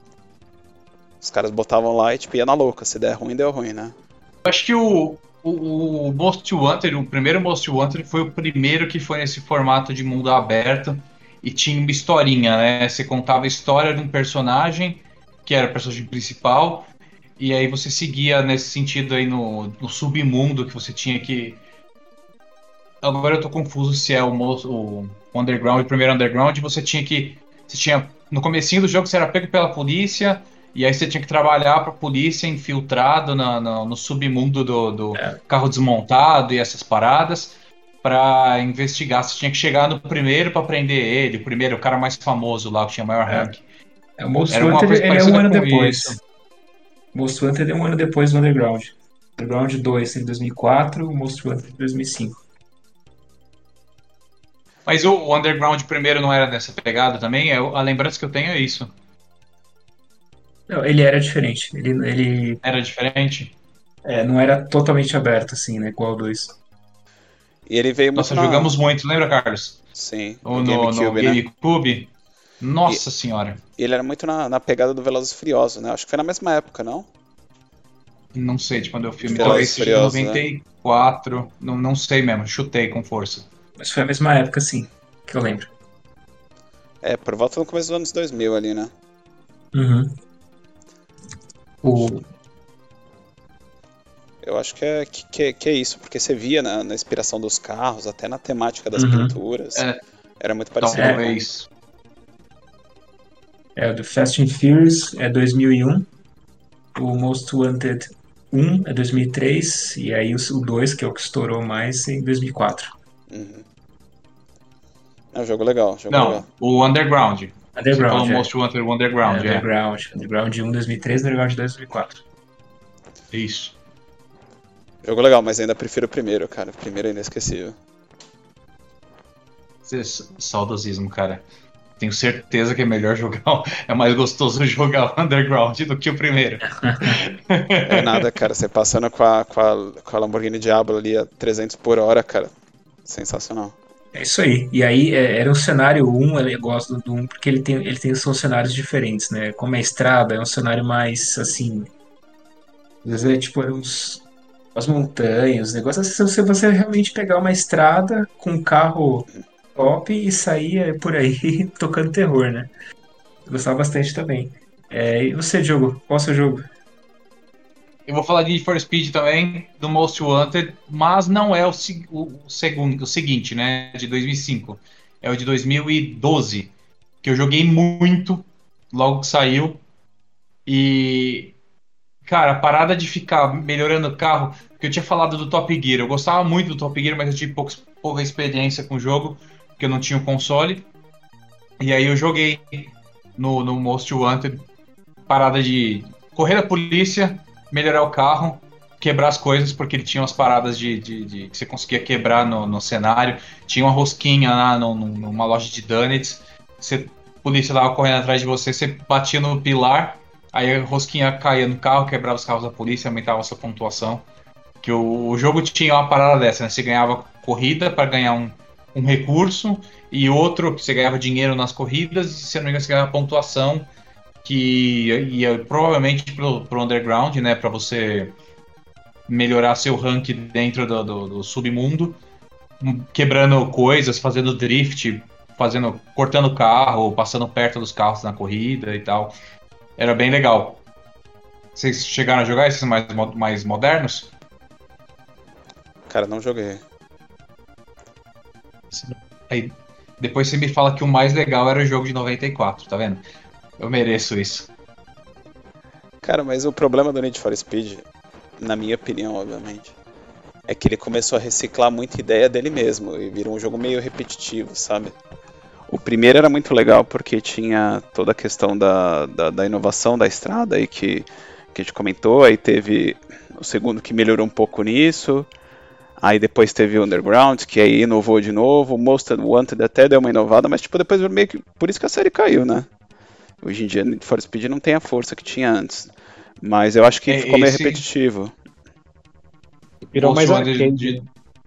Os caras botavam lá e tipo, ia na louca. Se der ruim, deu ruim, né? Eu acho que o Most Wanted, o primeiro Most Wanted, foi o primeiro que foi nesse formato de mundo aberto e tinha uma historinha, né? Você contava a história de um personagem, que era o personagem principal, e aí você seguia nesse sentido aí no submundo que você tinha que... Agora eu tô confuso se é o Underground, o primeiro Underground, você tinha... No comecinho do jogo você era pego pela polícia... E aí você tinha que trabalhar pra polícia infiltrado no submundo do carro desmontado e essas paradas pra investigar. Você tinha que chegar no primeiro pra prender ele, o cara mais famoso lá, que tinha maior rank. O Most Era uma Wanted coisa ele é um parecida ano com depois. isso. O Most Wanted é um ano depois do Underground. Underground 2 em 2004, o Most Wanted em 2005. Mas o Underground primeiro não era nessa pegada também? A lembrança que eu tenho é isso. Não, ele era diferente. Ele Era diferente? não era totalmente aberto, assim, né? Igual o 2. E ele veio muito Nossa, jogamos muito, lembra, Carlos? Sim, No GameCube, né? GameCube. Nossa senhora. E ele era muito na pegada do Velozes e Furiosos, né? Acho que foi na mesma época, não? Não sei de quando é o filme. Velozes Talvez e seja Furiosos, 94. Não sei mesmo. Chutei com força. Mas foi a mesma época, sim, que eu lembro. Por volta do começo dos anos 2000 ali, né? Uhum. Eu acho que é isso, porque você via na inspiração dos carros, até na temática das Uhum. pinturas. Era muito parecido. Talvez. O do Fast and Furious é 2001, o Most Wanted 1 é 2003, e aí o 2, que é o que estourou mais, é em 2004. Uhum. É um jogo legal, Não, o Underground. Você falou Underground, Most Wanted, o Underground, Underground 1, 2003, Underground 2, 2004. Isso. Jogo legal, mas ainda prefiro o primeiro, cara. O primeiro é inesquecível. Saudosismo, cara. Tenho certeza que é melhor jogar. É mais gostoso jogar o Underground do que o primeiro. É nada, cara. Você passando com a Lamborghini Diablo ali a 300 por hora, cara. Sensacional. É isso aí. E aí era um cenário 1, eu gosto do 1 porque ele tem são cenários diferentes, né? Como é estrada, é um cenário mais assim. Às vezes é tipo as montanhas, os negócios. Se você realmente pegar uma estrada com um carro top e sair por aí tocando terror, né? Eu gostava bastante também. E você, Diogo? Qual é o seu jogo? Eu vou falar de Need for Speed também, do Most Wanted, mas não é o seguinte, né? De 2005. É o de 2012, que eu joguei muito logo que saiu. E, cara, a parada de ficar melhorando o carro, porque eu tinha falado do Top Gear. Eu gostava muito do Top Gear, mas eu tive pouca experiência com o jogo, porque eu não tinha o console. E aí eu joguei no Most Wanted, parada de correr da polícia, melhorar o carro, quebrar as coisas, porque ele tinha umas paradas que você conseguia quebrar no cenário. Tinha uma rosquinha lá numa loja de donuts. A polícia tava correndo atrás de você, você batia no pilar, aí a rosquinha caía no carro, quebrava os carros da polícia, aumentava a sua pontuação. Que o jogo tinha uma parada dessa, né? Você ganhava corrida para ganhar um recurso, e outro que você ganhava dinheiro nas corridas, e se não me engano, você ganhava pontuação que ia provavelmente pro underground, né, para você melhorar seu rank dentro do submundo, quebrando coisas, fazendo drift, cortando carro, passando perto dos carros na corrida e tal. Era bem legal. Vocês chegaram a jogar esses mais modernos? Cara, não joguei. Aí, depois você me fala que o mais legal era o jogo de 94, tá vendo? Eu mereço isso. Cara, mas o problema do Need for Speed, na minha opinião, obviamente, é que ele começou a reciclar muita ideia dele mesmo e virou um jogo meio repetitivo, sabe? O primeiro era muito legal porque tinha toda a questão da inovação da estrada aí que a gente comentou, aí teve o segundo que melhorou um pouco nisso, aí depois teve o Underground, que aí inovou de novo, o Most Wanted até deu uma inovada, mas tipo, depois meio que... Por isso que a série caiu, né? Hoje em dia, Need for Speed não tem a força que tinha antes. Mas eu acho que ficou meio repetitivo. Virou mais Most Wanted arcade.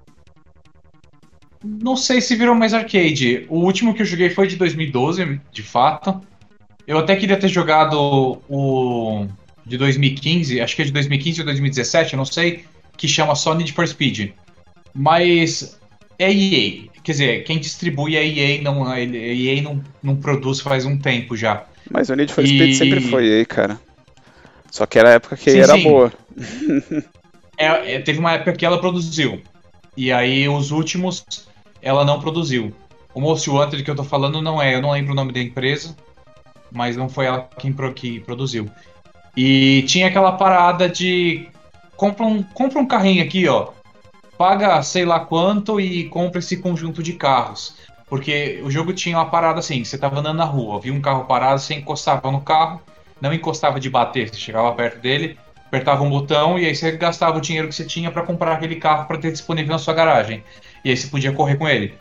Não sei se virou mais arcade. O último que eu joguei foi de 2012, de fato. Eu até queria ter jogado o de 2015, acho que é de 2015 ou 2017, eu não sei, que chama só Need for Speed. Mas é EA. Quer dizer, quem distribui é EA, a EA não produz faz um tempo já. Mas o Need for Speed sempre foi EA, cara. Só que era a época que Sim, era sim. boa. Teve uma época que ela produziu. E aí os últimos ela não produziu. O Most Wanted que eu tô falando não é, eu não lembro o nome da empresa, mas não foi ela quem produziu. E tinha aquela parada de compra um carrinho aqui, ó. Paga sei lá quanto e compra esse conjunto de carros. Porque o jogo tinha uma parada assim, você tava andando na rua, viu um carro parado, você encostava no carro, não encostava de bater, você chegava perto dele, apertava um botão e aí você gastava o dinheiro que você tinha para comprar aquele carro para ter disponível na sua garagem. E aí você podia correr com ele.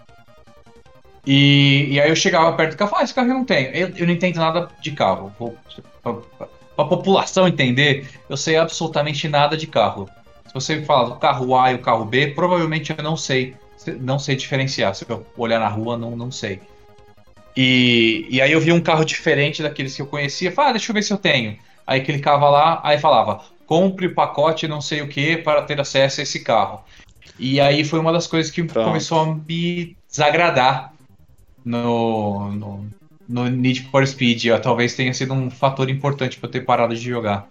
E aí eu chegava perto do carro e falava, esse carro eu não tenho. Eu não entendo nada de carro. Pra população entender, eu sei absolutamente nada de carro. Se você me fala do carro A e o carro B, provavelmente eu não sei diferenciar. Se eu olhar na rua, não sei. E aí eu vi um carro diferente daqueles que eu conhecia, falava, deixa eu ver se eu tenho. Aí clicava lá, aí falava, compre o pacote não sei o que para ter acesso a esse carro. E aí foi uma das coisas que começou a me desagradar no Need for Speed. Talvez tenha sido um fator importante para eu ter parado de jogar.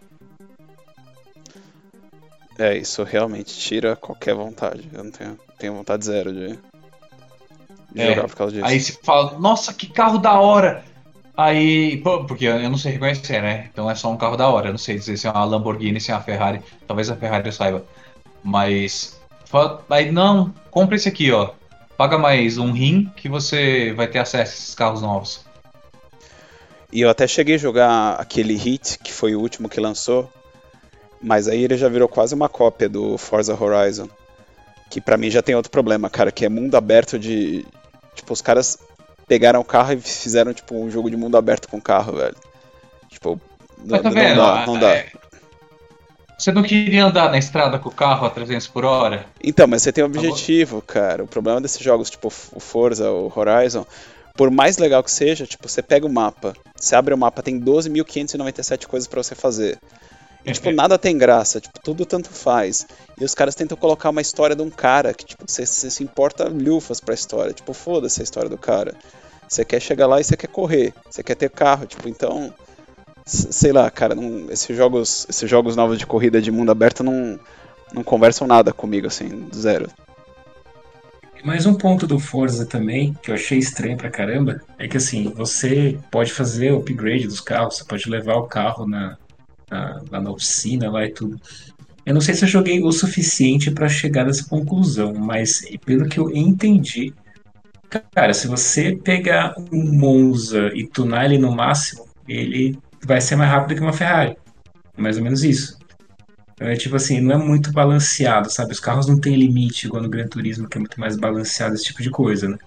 Isso realmente tira qualquer vontade. Eu não tenho vontade zero de jogar por causa disso. Aí você fala, nossa, que carro da hora! Aí, porque eu não sei reconhecer, né? Então é só um carro da hora. Eu não sei dizer se é uma Lamborghini, se é uma Ferrari. Talvez a Ferrari eu saiba. Mas, aí não, compra esse aqui, ó. Paga mais um rim que você vai ter acesso a esses carros novos. E eu até cheguei a jogar aquele Hit, que foi o último que lançou. Mas aí ele já virou quase uma cópia do Forza Horizon. Que pra mim já tem outro problema, cara. Que é mundo aberto de... Tipo, os caras pegaram o carro e fizeram, tipo, um jogo de mundo aberto com o carro, velho. Tipo, Mas tá vendo? Não dá. Você não queria andar na estrada com o carro a 300 por hora? Então, mas você tem um objetivo, cara. O problema desses jogos, tipo o Forza, o Horizon, por mais legal que seja, tipo, você pega o mapa, você abre o mapa, tem 12.597 coisas pra você fazer. E, tipo, nada tem graça, tipo, tudo tanto faz. E os caras tentam colocar uma história de um cara que, tipo, você se importa lufas pra história. Tipo, foda-se a história do cara. Você quer chegar lá e você quer correr, você quer ter carro, tipo, então, sei lá, cara, esses jogos novos de corrida de mundo aberto não conversam nada comigo, assim, zero. Mais um ponto do Forza também, que eu achei estranho pra caramba, é que assim, você pode fazer o upgrade dos carros, você pode levar o carro lá na oficina lá e tudo. Eu não sei se eu joguei o suficiente pra chegar nessa conclusão, mas pelo que eu entendi, cara, se você pegar um Monza e tunar ele no máximo, ele vai ser mais rápido que uma Ferrari. É mais ou menos isso. Então é tipo assim, não é muito balanceado, sabe? Os carros não têm limite, igual no Gran Turismo, que é muito mais balanceado esse tipo de coisa, né?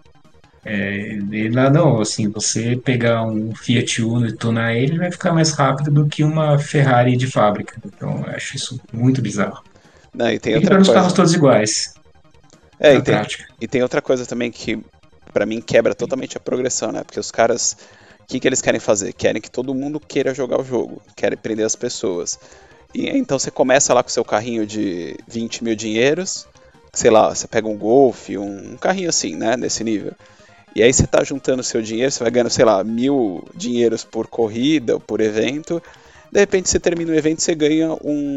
E lá não, assim, você pegar um Fiat Uno e tunar ele, vai ficar mais rápido do que uma Ferrari de fábrica. Então eu acho isso muito bizarro. Não, e tem E que outra torna os carros coisa. todos iguais, É, na prática. e tem outra coisa também que pra mim quebra totalmente a progressão, né? Porque os caras, o que eles querem fazer? Querem que todo mundo queira jogar o jogo, querem prender as pessoas. E então você começa lá com seu carrinho de 20 mil dinheiros, sei lá, você pega um Golf, um carrinho assim, né? Nesse nível. E aí você tá juntando seu dinheiro, você vai ganhando, sei lá, 1.000 dinheiros por corrida, por evento. De repente você termina o evento e você ganha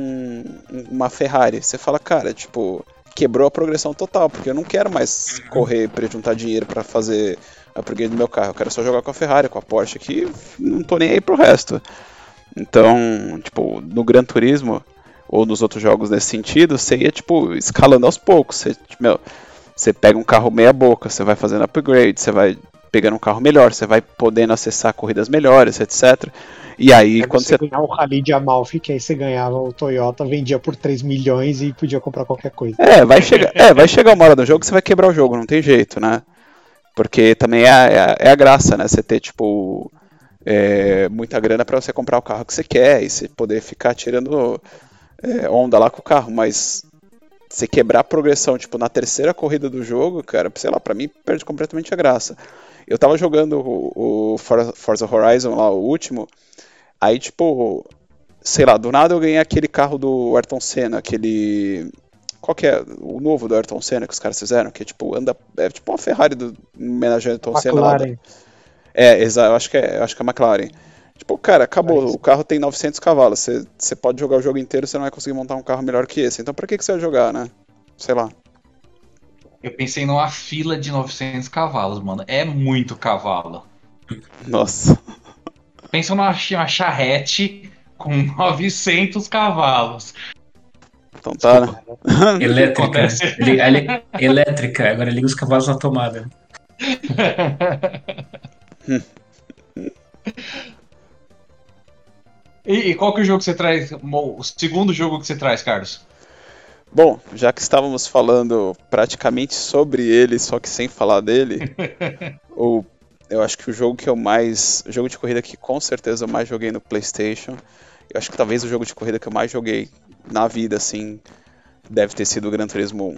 uma Ferrari. Você fala, cara, tipo, quebrou a progressão total, porque eu não quero mais correr para juntar dinheiro para fazer a upgrade do meu carro. Eu quero só jogar com a Ferrari, com a Porsche aqui, não tô nem aí pro resto. Então, tipo, no Gran Turismo ou nos outros jogos nesse sentido, você ia, tipo, escalando aos poucos. Você, tipo, você pega um carro meia boca, você vai fazendo upgrade, você vai pegando um carro melhor, você vai podendo acessar corridas melhores, etc. E aí, quando você ganhar o Rally de Amalfi, que aí você ganhava o Toyota, vendia por 3 milhões e podia comprar qualquer coisa. Vai chegar uma hora do jogo que você vai quebrar o jogo, não tem jeito, né? Porque também é a graça, né? Você ter, tipo, muita grana para você comprar o carro que você quer e você poder ficar tirando onda lá com o carro, mas você quebrar a progressão, tipo, na terceira corrida do jogo, cara, sei lá, pra mim perde completamente a graça. Eu tava jogando o Forza Horizon lá, o último, aí, tipo, sei lá, do nada eu ganhei aquele carro do Ayrton Senna, aquele... Qual que é o novo do Ayrton Senna que os caras fizeram? Que, tipo, é tipo uma Ferrari do homenagem ao Ayrton Senna lá. Exato, eu acho que é a McLaren. Tipo, cara, acabou, o carro tem 900 cavalos, você pode jogar o jogo inteiro, você não vai conseguir montar um carro melhor que esse. Então pra que você vai jogar, né? Sei lá. Eu pensei numa fila de 900 cavalos, mano. É muito cavalo. Nossa. Pensa numa charrete com 900 cavalos. Então tá, né? Elétrica. Elétrica, agora liga os cavalos na tomada. E qual que é o jogo que você traz? O segundo jogo que você traz, Carlos? Bom, já que estávamos falando praticamente sobre ele, só que sem falar dele, eu acho que o jogo que o jogo de corrida que com certeza eu mais joguei no PlayStation, eu acho que talvez o jogo de corrida que eu mais joguei na vida, assim, deve ter sido o Gran Turismo 1.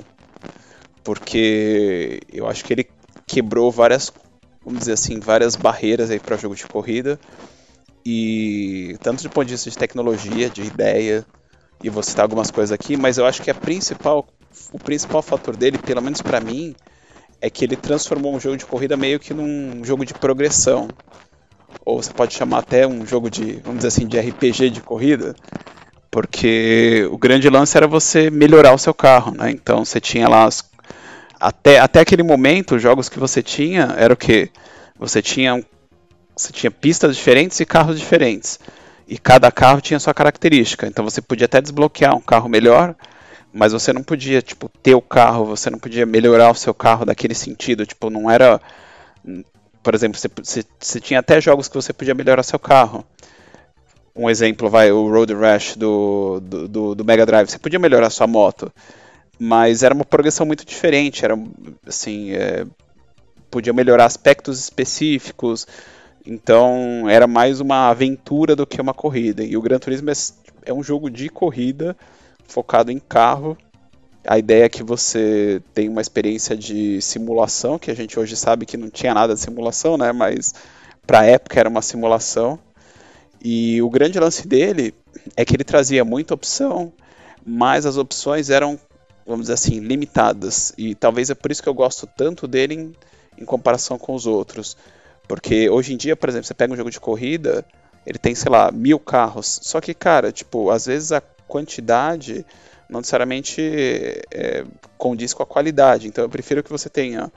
Porque eu acho que ele quebrou várias, vamos dizer assim, várias barreiras aí para jogo de corrida. E tanto do ponto de vista de tecnologia, de ideia, e vou citar algumas coisas aqui, mas eu acho que o principal fator dele, pelo menos pra mim, é que ele transformou um jogo de corrida meio que num jogo de progressão. Ou você pode chamar até um jogo de, vamos dizer assim, de RPG de corrida, porque o grande lance era você melhorar o seu carro, né? Então você tinha lá até aquele momento, os jogos que você tinha era o quê? Você tinha pistas diferentes e carros diferentes. E cada carro tinha sua característica. Então você podia até desbloquear um carro melhor, mas você não podia, tipo, ter o carro, você não podia melhorar o seu carro daquele sentido. Tipo, não era... Por exemplo, você tinha até jogos que você podia melhorar seu carro. Um exemplo, o Road Rash do Mega Drive. Você podia melhorar sua moto, mas era uma progressão muito diferente. Era, assim, podia melhorar aspectos específicos. Então era mais uma aventura do que uma corrida. E o Gran Turismo é um jogo de corrida focado em carro. A ideia é que você tem uma experiência de simulação, que a gente hoje sabe que não tinha nada de simulação, né? Mas para a época era uma simulação. E o grande lance dele é que ele trazia muita opção, mas as opções eram, vamos dizer assim, limitadas. E talvez é por isso que eu gosto tanto dele em comparação com os outros. Porque hoje em dia, por exemplo, você pega um jogo de corrida, ele tem, sei lá, 1000 carros. Só que, cara, tipo, às vezes a quantidade não necessariamente condiz com a qualidade. Então eu prefiro que você tenha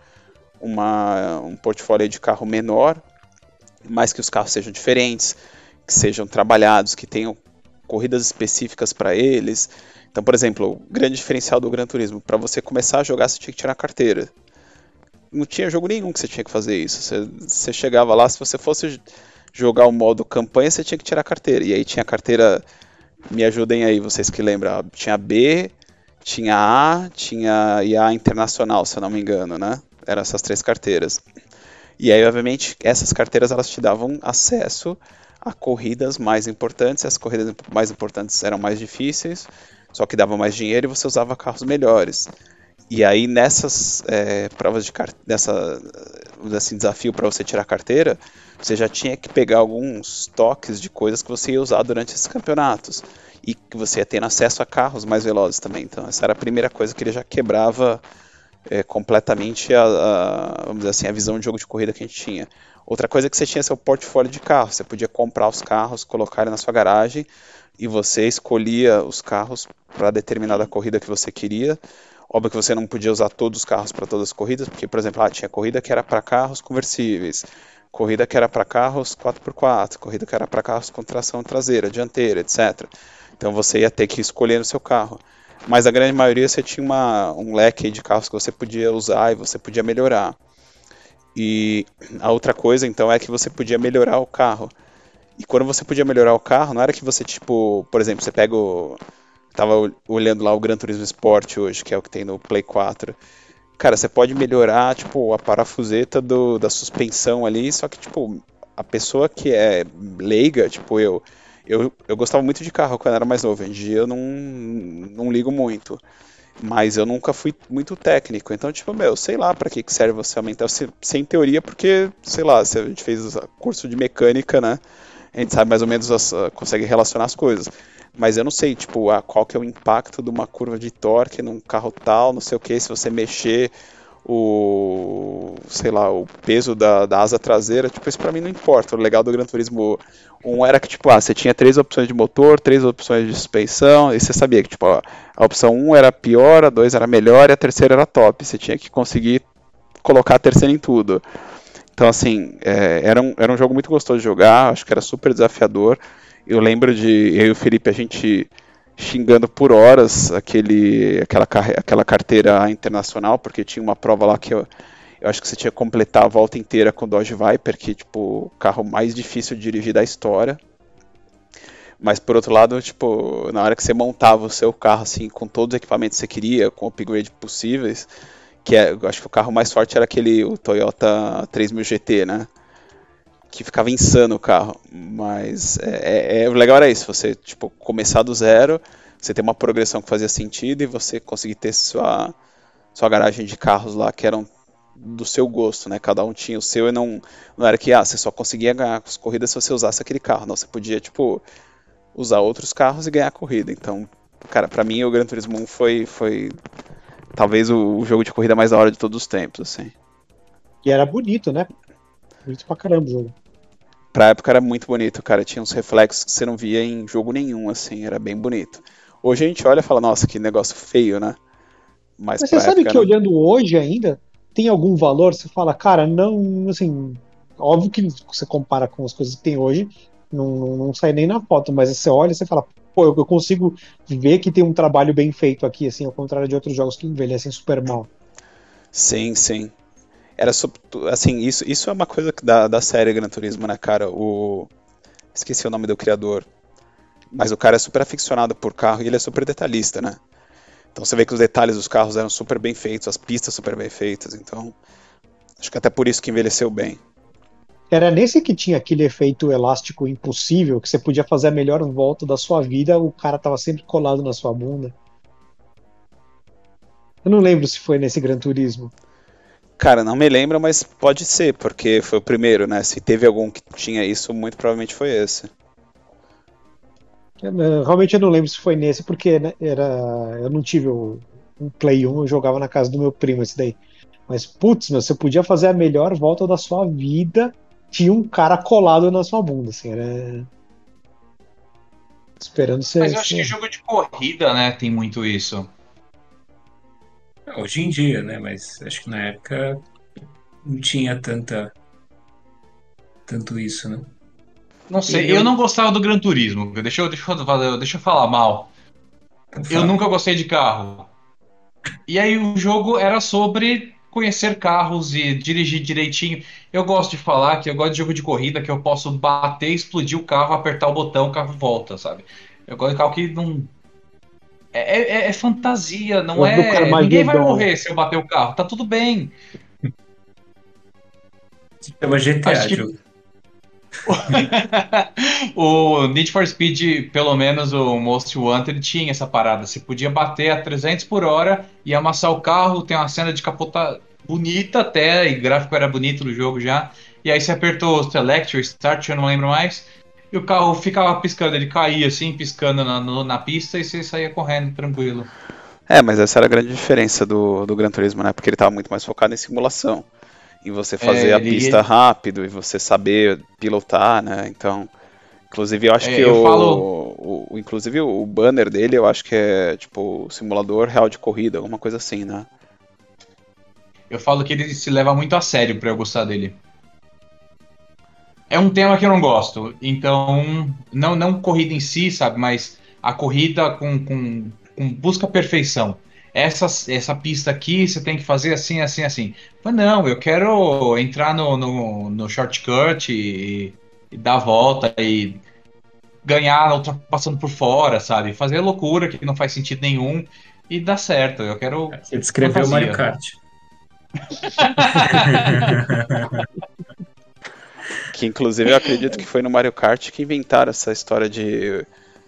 um portfólio de carro menor, mas que os carros sejam diferentes, que sejam trabalhados, que tenham corridas específicas para eles. Então, por exemplo, o grande diferencial do Gran Turismo, para você começar a jogar, você tinha que tirar a carteira. Não tinha jogo nenhum que você tinha que fazer isso. Você chegava lá, se você fosse jogar o modo campanha, você tinha que tirar a carteira. E aí tinha a carteira, me ajudem aí, vocês que lembram, tinha B, tinha A, tinha e a internacional, se eu não me engano, né? Eram essas 3 carteiras. E aí, obviamente, essas carteiras elas te davam acesso a corridas mais importantes. As corridas mais importantes eram mais difíceis, só que davam mais dinheiro e você usava carros melhores. E aí nessas provas de nesse desafio para você tirar a carteira, você já tinha que pegar alguns toques de coisas que você ia usar durante esses campeonatos e que você ia ter acesso a carros mais velozes também. Então essa era a primeira coisa que ele já quebrava completamente vamos dizer assim, a visão de jogo de corrida que a gente tinha. Outra coisa é que você tinha seu portfólio de carros, você podia comprar os carros, colocar na sua garagem e você escolhia os carros para determinada corrida que você queria. Óbvio que você não podia usar todos os carros para todas as corridas, porque, por exemplo, tinha corrida que era para carros conversíveis, corrida que era para carros 4x4, corrida que era para carros com tração traseira, dianteira, etc. Então você ia ter que escolher no seu carro. Mas a grande maioria você tinha um leque de carros que você podia usar e você podia melhorar. E a outra coisa, então, é que você podia melhorar o carro. E quando você podia melhorar o carro, não era que você, tipo, por exemplo, você pega Tava olhando lá o Gran Turismo Sport hoje, que é o que tem no Play 4. Cara, você pode melhorar, tipo, a parafuseta da suspensão ali, só que, tipo, a pessoa que é leiga, tipo eu gostava muito de carro quando era mais novo. Hoje em dia eu não ligo muito. Mas eu nunca fui muito técnico. Então, tipo, sei lá pra que serve você aumentar. Sem teoria, porque, sei lá, se a gente fez curso de mecânica, né? A gente sabe mais ou menos, consegue relacionar as coisas. Mas eu não sei, tipo, qual que é o impacto de uma curva de torque num carro tal, não sei o que, se você mexer sei lá, o peso da asa traseira, tipo, isso pra mim não importa. O legal do Gran Turismo 1 era que, tipo, você tinha 3 opções de motor, 3 opções de suspensão, e você sabia que, tipo, a opção 1 era pior, a 2 era melhor e a terceira era top. Você tinha que conseguir colocar a terceira em tudo. Então, assim, era um jogo muito gostoso de jogar, acho que era super desafiador. Eu lembro de eu e o Felipe, a gente xingando por horas aquela carteira internacional, porque tinha uma prova lá que eu acho que você tinha que completar a volta inteira com o Dodge Viper, que tipo, o carro mais difícil de dirigir da história. Mas por outro lado, tipo, na hora que você montava o seu carro assim, com todos os equipamentos que você queria, com upgrade possíveis, eu acho que o carro mais forte era o Toyota 3000 GT, né? Que ficava insano o carro, mas o legal era isso, você tipo, começar do zero, você ter uma progressão que fazia sentido e você conseguir ter sua garagem de carros lá que eram do seu gosto, né? Cada um tinha o seu e não era que você só conseguia ganhar as corridas se você usasse aquele carro, não, você podia tipo usar outros carros e ganhar a corrida. Então, cara, pra mim o Gran Turismo 1 foi talvez o jogo de corrida mais da hora de todos os tempos, assim. E era bonito, né? Bonito pra caramba o jogo. Pra época era muito bonito, cara. Tinha uns reflexos que você não via em jogo nenhum, assim. Era bem bonito. Hoje a gente olha e fala, nossa, que negócio feio, né? Mas você sabe que olhando hoje ainda, tem algum valor? Você fala, cara, não, assim... Óbvio que você compara com as coisas que tem hoje, não sai nem na foto, mas você olha e você fala, pô, eu consigo ver que tem um trabalho bem feito aqui, assim, ao contrário de outros jogos que envelhecem super mal. Sim, sim. Era assim, isso é uma coisa da série Gran Turismo, né, cara? Esqueci o nome do criador. Mas o cara é super aficionado por carro e ele é super detalhista, né? Então você vê que os detalhes dos carros eram super bem feitos, as pistas super bem feitas, então acho que até por isso que envelheceu bem. Era nesse que tinha aquele efeito elástico impossível, que você podia fazer a melhor volta da sua vida, o cara tava sempre colado na sua bunda. Eu não lembro se foi nesse Gran Turismo. Cara, não me lembro, mas pode ser, porque foi o primeiro, né? Se teve algum que tinha isso, muito provavelmente foi esse. Realmente eu não lembro se foi nesse, porque né, eu não tive um Play 1, eu jogava na casa do meu primo esse daí. Mas, putz, meu, você podia fazer a melhor volta da sua vida, tinha um cara colado na sua bunda, assim, era esperando Mas você. eu acho que jogo de corrida, né, tem muito isso. Hoje em dia, né? Mas acho que na época não tinha tanto isso, né? Não E sei, eu não gostava do Gran Turismo. Deixa eu falar mal. então Eu fala. nunca gostei de carro. E aí o jogo era sobre conhecer carros e dirigir direitinho. Eu gosto de falar que eu gosto de jogo de corrida, que eu posso bater, explodir o carro, apertar o botão, o carro volta, sabe? Eu gosto de carro que não. É fantasia, não Gosto do é. Ninguém vai Carmageddon. morrer se eu bater o carro, tá tudo bem. Se chama Acho GTA, que jogo. o Need for Speed, pelo menos o Most Wanted, tinha essa parada. Você podia bater a 300 por hora e amassar o carro. Tem uma cena de capota bonita até, e o gráfico era bonito no jogo já. E aí você apertou o Select ou Start, eu não lembro mais. E o carro ficava piscando, ele caía assim, piscando na pista e você saía correndo tranquilo. Mas essa era a grande diferença do Gran Turismo, né? Porque ele estava muito mais focado em simulação. Em você É, fazer a pista rápido e você saber pilotar, né? Então, inclusive eu acho que eu falo. inclusive o banner dele eu acho que é tipo simulador real de corrida, alguma coisa assim, né? Eu falo que ele se leva muito a sério pra eu gostar dele. É um tema que eu não gosto. Então, não corrida em si, sabe? Mas a corrida com busca a perfeição. Essa pista aqui você tem que fazer assim, assim, assim. Mas não, eu quero entrar no shortcut e dar a volta e ganhar ultrapassando por fora, sabe? Fazer loucura que não faz sentido nenhum e dá certo. Eu quero Você descreveu o Mario fantasia. Kart. Que inclusive eu acredito que foi no Mario Kart que inventaram essa história de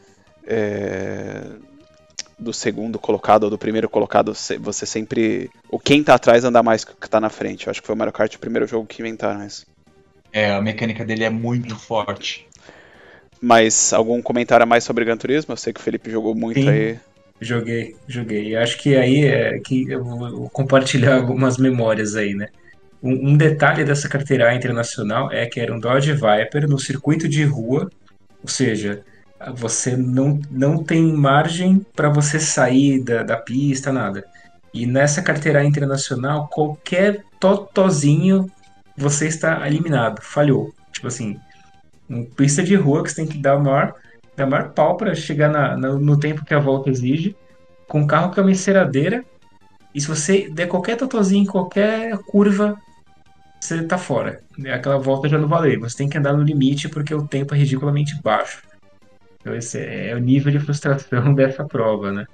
do segundo colocado ou do primeiro colocado, você sempre. O quem tá atrás anda mais que o que tá na frente. Eu acho que foi o Mario Kart o primeiro jogo que inventaram isso. A mecânica dele é muito forte. Mas algum comentário a mais sobre Gran Turismo? Eu sei que o Felipe jogou muito Sim, aí. joguei. E acho que aí é que eu vou compartilhar algumas memórias aí, né? Um detalhe dessa carteira A internacional é que era um Dodge Viper no circuito de rua, ou seja, você não tem margem para você sair da pista, nada. E nessa carteira A internacional, qualquer totozinho você está eliminado, falhou. Tipo assim, uma pista de rua que você tem que dar maior pau para chegar no tempo que a volta exige, com um carro com a enceradeira, e se você der qualquer totozinho em qualquer curva, você tá fora. Aquela volta já não valeu. Você tem que andar no limite porque o tempo é ridiculamente baixo. Então esse é o nível de frustração dessa prova, né?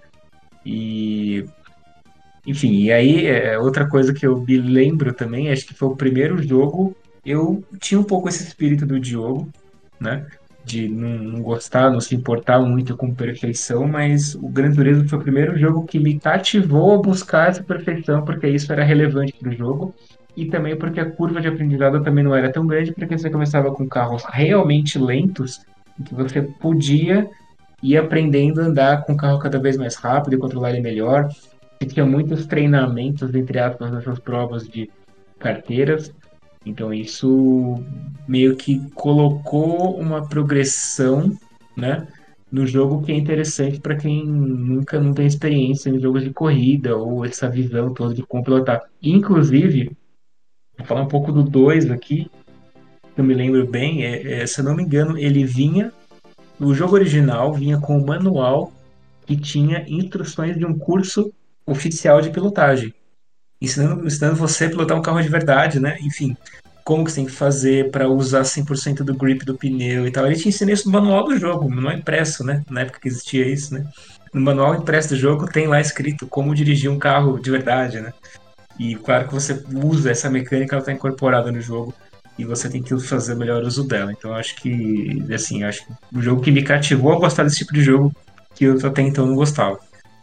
E, enfim, e aí outra coisa que eu me lembro também, acho que foi o primeiro jogo, eu tinha um pouco esse espírito do Diogo, né? De não gostar, não se importar muito com perfeição, mas o Gran Turismo foi o primeiro jogo que me cativou a buscar essa perfeição, porque isso era relevante para o jogo, e também porque a curva de aprendizado também não era tão grande, porque você começava com carros realmente lentos, em que você podia ir aprendendo a andar com o carro cada vez mais rápido e controlar ele melhor. Você tinha muitos treinamentos, entre aspas, nessas provas de carteiras, então isso meio que colocou uma progressão, né, no jogo que é interessante para quem nunca não tem experiência em jogos de corrida ou essa visão toda de como pilotar. Inclusive, vou falar um pouco do 2 aqui, que eu me lembro bem, se eu não me engano, ele vinha, o jogo original vinha com o manual que tinha instruções de um curso oficial de pilotagem ensinando você a pilotar um carro de verdade, né? Enfim, como que você tem que fazer para usar 100% do grip do pneu e tal. Ele te ensina isso no manual do jogo, no manual impresso, né? Na época que existia isso, né? No manual impresso do jogo tem lá escrito como dirigir um carro de verdade, né? E claro que você usa essa mecânica, ela está incorporada no jogo e você tem que fazer o melhor uso dela. Então acho que, assim, acho que o jogo que me cativou a gostar desse tipo de jogo que eu até então não gostava.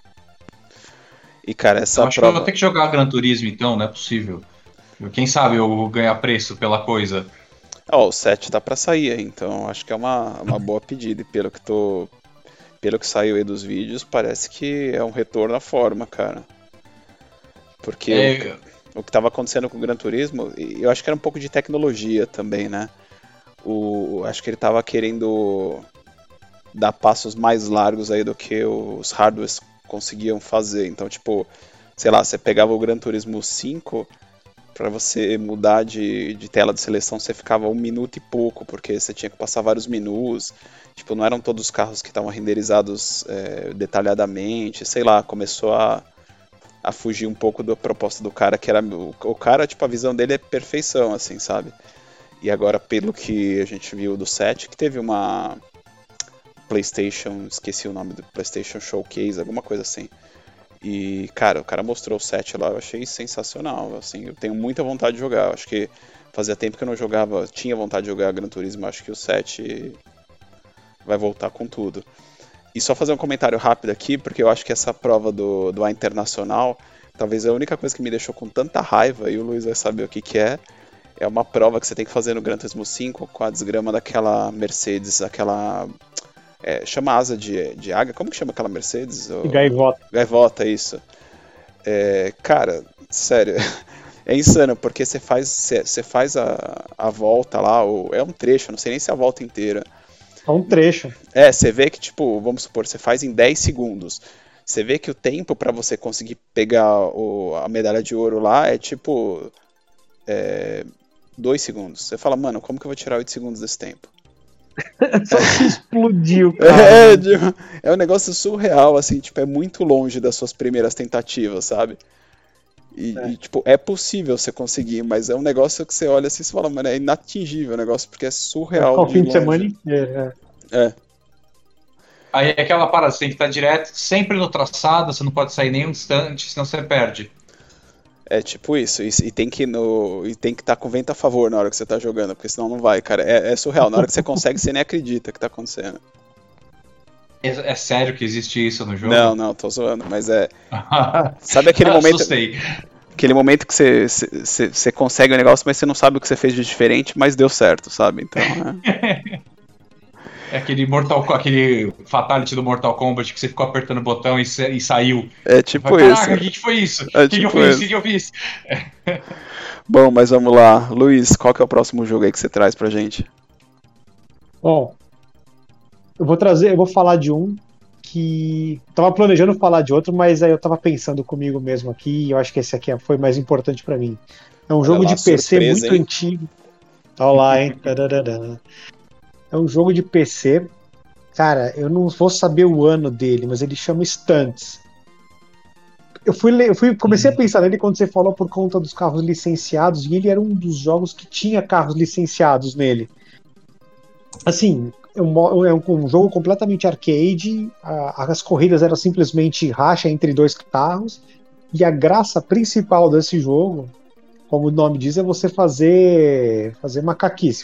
E cara, Eu essa acho que eu vou prova. ter que jogar Gran Turismo então, não é possível. Quem sabe eu vou ganhar preço pela coisa. Ó, o 7 tá pra sair aí, então acho que é uma boa pedida. E pelo que saiu aí dos vídeos, parece que é um retorno à forma, cara. Porque É, o que estava acontecendo com o Gran Turismo, e eu acho que era um pouco de tecnologia também, né? Acho que ele estava querendo dar passos mais largos aí do que os hardwares conseguiam fazer. Então, tipo, sei lá, você pegava o Gran Turismo 5, para você mudar de tela de seleção, você ficava 1 minuto e pouco, porque você tinha que passar vários menus. Tipo, não eram todos os carros que estavam renderizados detalhadamente, sei lá, começou a fugir um pouco da proposta do cara, que era o cara, tipo, a visão dele é perfeição, assim, sabe? E agora, pelo que a gente viu do 7, que teve uma PlayStation, esqueci o nome do PlayStation Showcase, alguma coisa assim. E, cara, o cara mostrou o 7 lá, eu achei sensacional, assim, eu tenho muita vontade de jogar. Eu acho que fazia tempo que eu não jogava, tinha vontade de jogar Gran Turismo, acho que o 7 vai voltar com tudo. E só fazer um comentário rápido aqui, porque eu acho que essa prova do A Internacional, talvez a única coisa que me deixou com tanta raiva, e o Luiz vai saber o que é uma prova que você tem que fazer no Gran Turismo 5 com a desgrama daquela Mercedes, aquela... chama asa de águia, como que chama aquela Mercedes? Gaivota. Gaivota, isso. Cara, sério, é insano, porque você faz a volta lá, é um trecho, não sei nem se é a volta inteira. É um trecho. Você vê que, tipo, vamos supor, você faz em 10 segundos. Você vê que o tempo pra você conseguir pegar a medalha de ouro lá é tipo 2 segundos. Você fala, mano, como que eu vou tirar 8 segundos desse tempo? Só que explodiu, cara. É um negócio surreal, assim, tipo, é muito longe das suas primeiras tentativas, sabe? E, tipo, é possível você conseguir, mas é um negócio que você olha assim e você fala, mano, é inatingível o negócio, porque é surreal. É o fim de semana inteiro, Aí é aquela parada, você tem que estar direto, sempre no traçado, você não pode sair nem um instante, senão você perde. É tipo isso, e tem que estar com o vento a favor na hora que você tá jogando, porque senão não vai, cara. É surreal, na hora que você consegue, você nem acredita que tá acontecendo. É sério que existe isso no jogo? Não, tô zoando, mas sabe aquele momento... Assustei. Aquele momento que você consegue o negócio, mas você não sabe o que você fez de diferente, mas deu certo, sabe? Então... É aquele Fatality do Mortal Kombat que você ficou apertando o botão e saiu. É tipo Mas, isso. caraca, o que foi isso? O que eu fiz? O que eu fiz? Bom, mas vamos lá. Luiz, qual que é o próximo jogo aí que você traz pra gente? Bom, eu vou falar de um que... Tava planejando falar de outro, mas aí eu tava pensando comigo mesmo aqui e eu acho que esse aqui foi mais importante pra mim. É um jogo de PC surpresa, muito antigo. Olha lá, hein? É um jogo de PC, cara, eu não vou saber o ano dele, mas ele chama Stunts. Comecei a pensar nele quando você falou por conta dos carros licenciados, e ele era um dos jogos que tinha carros licenciados nele. Assim, é um jogo completamente arcade, as corridas eram simplesmente racha entre 2 carros, e a graça principal desse jogo, como o nome diz, é você fazer macaquice,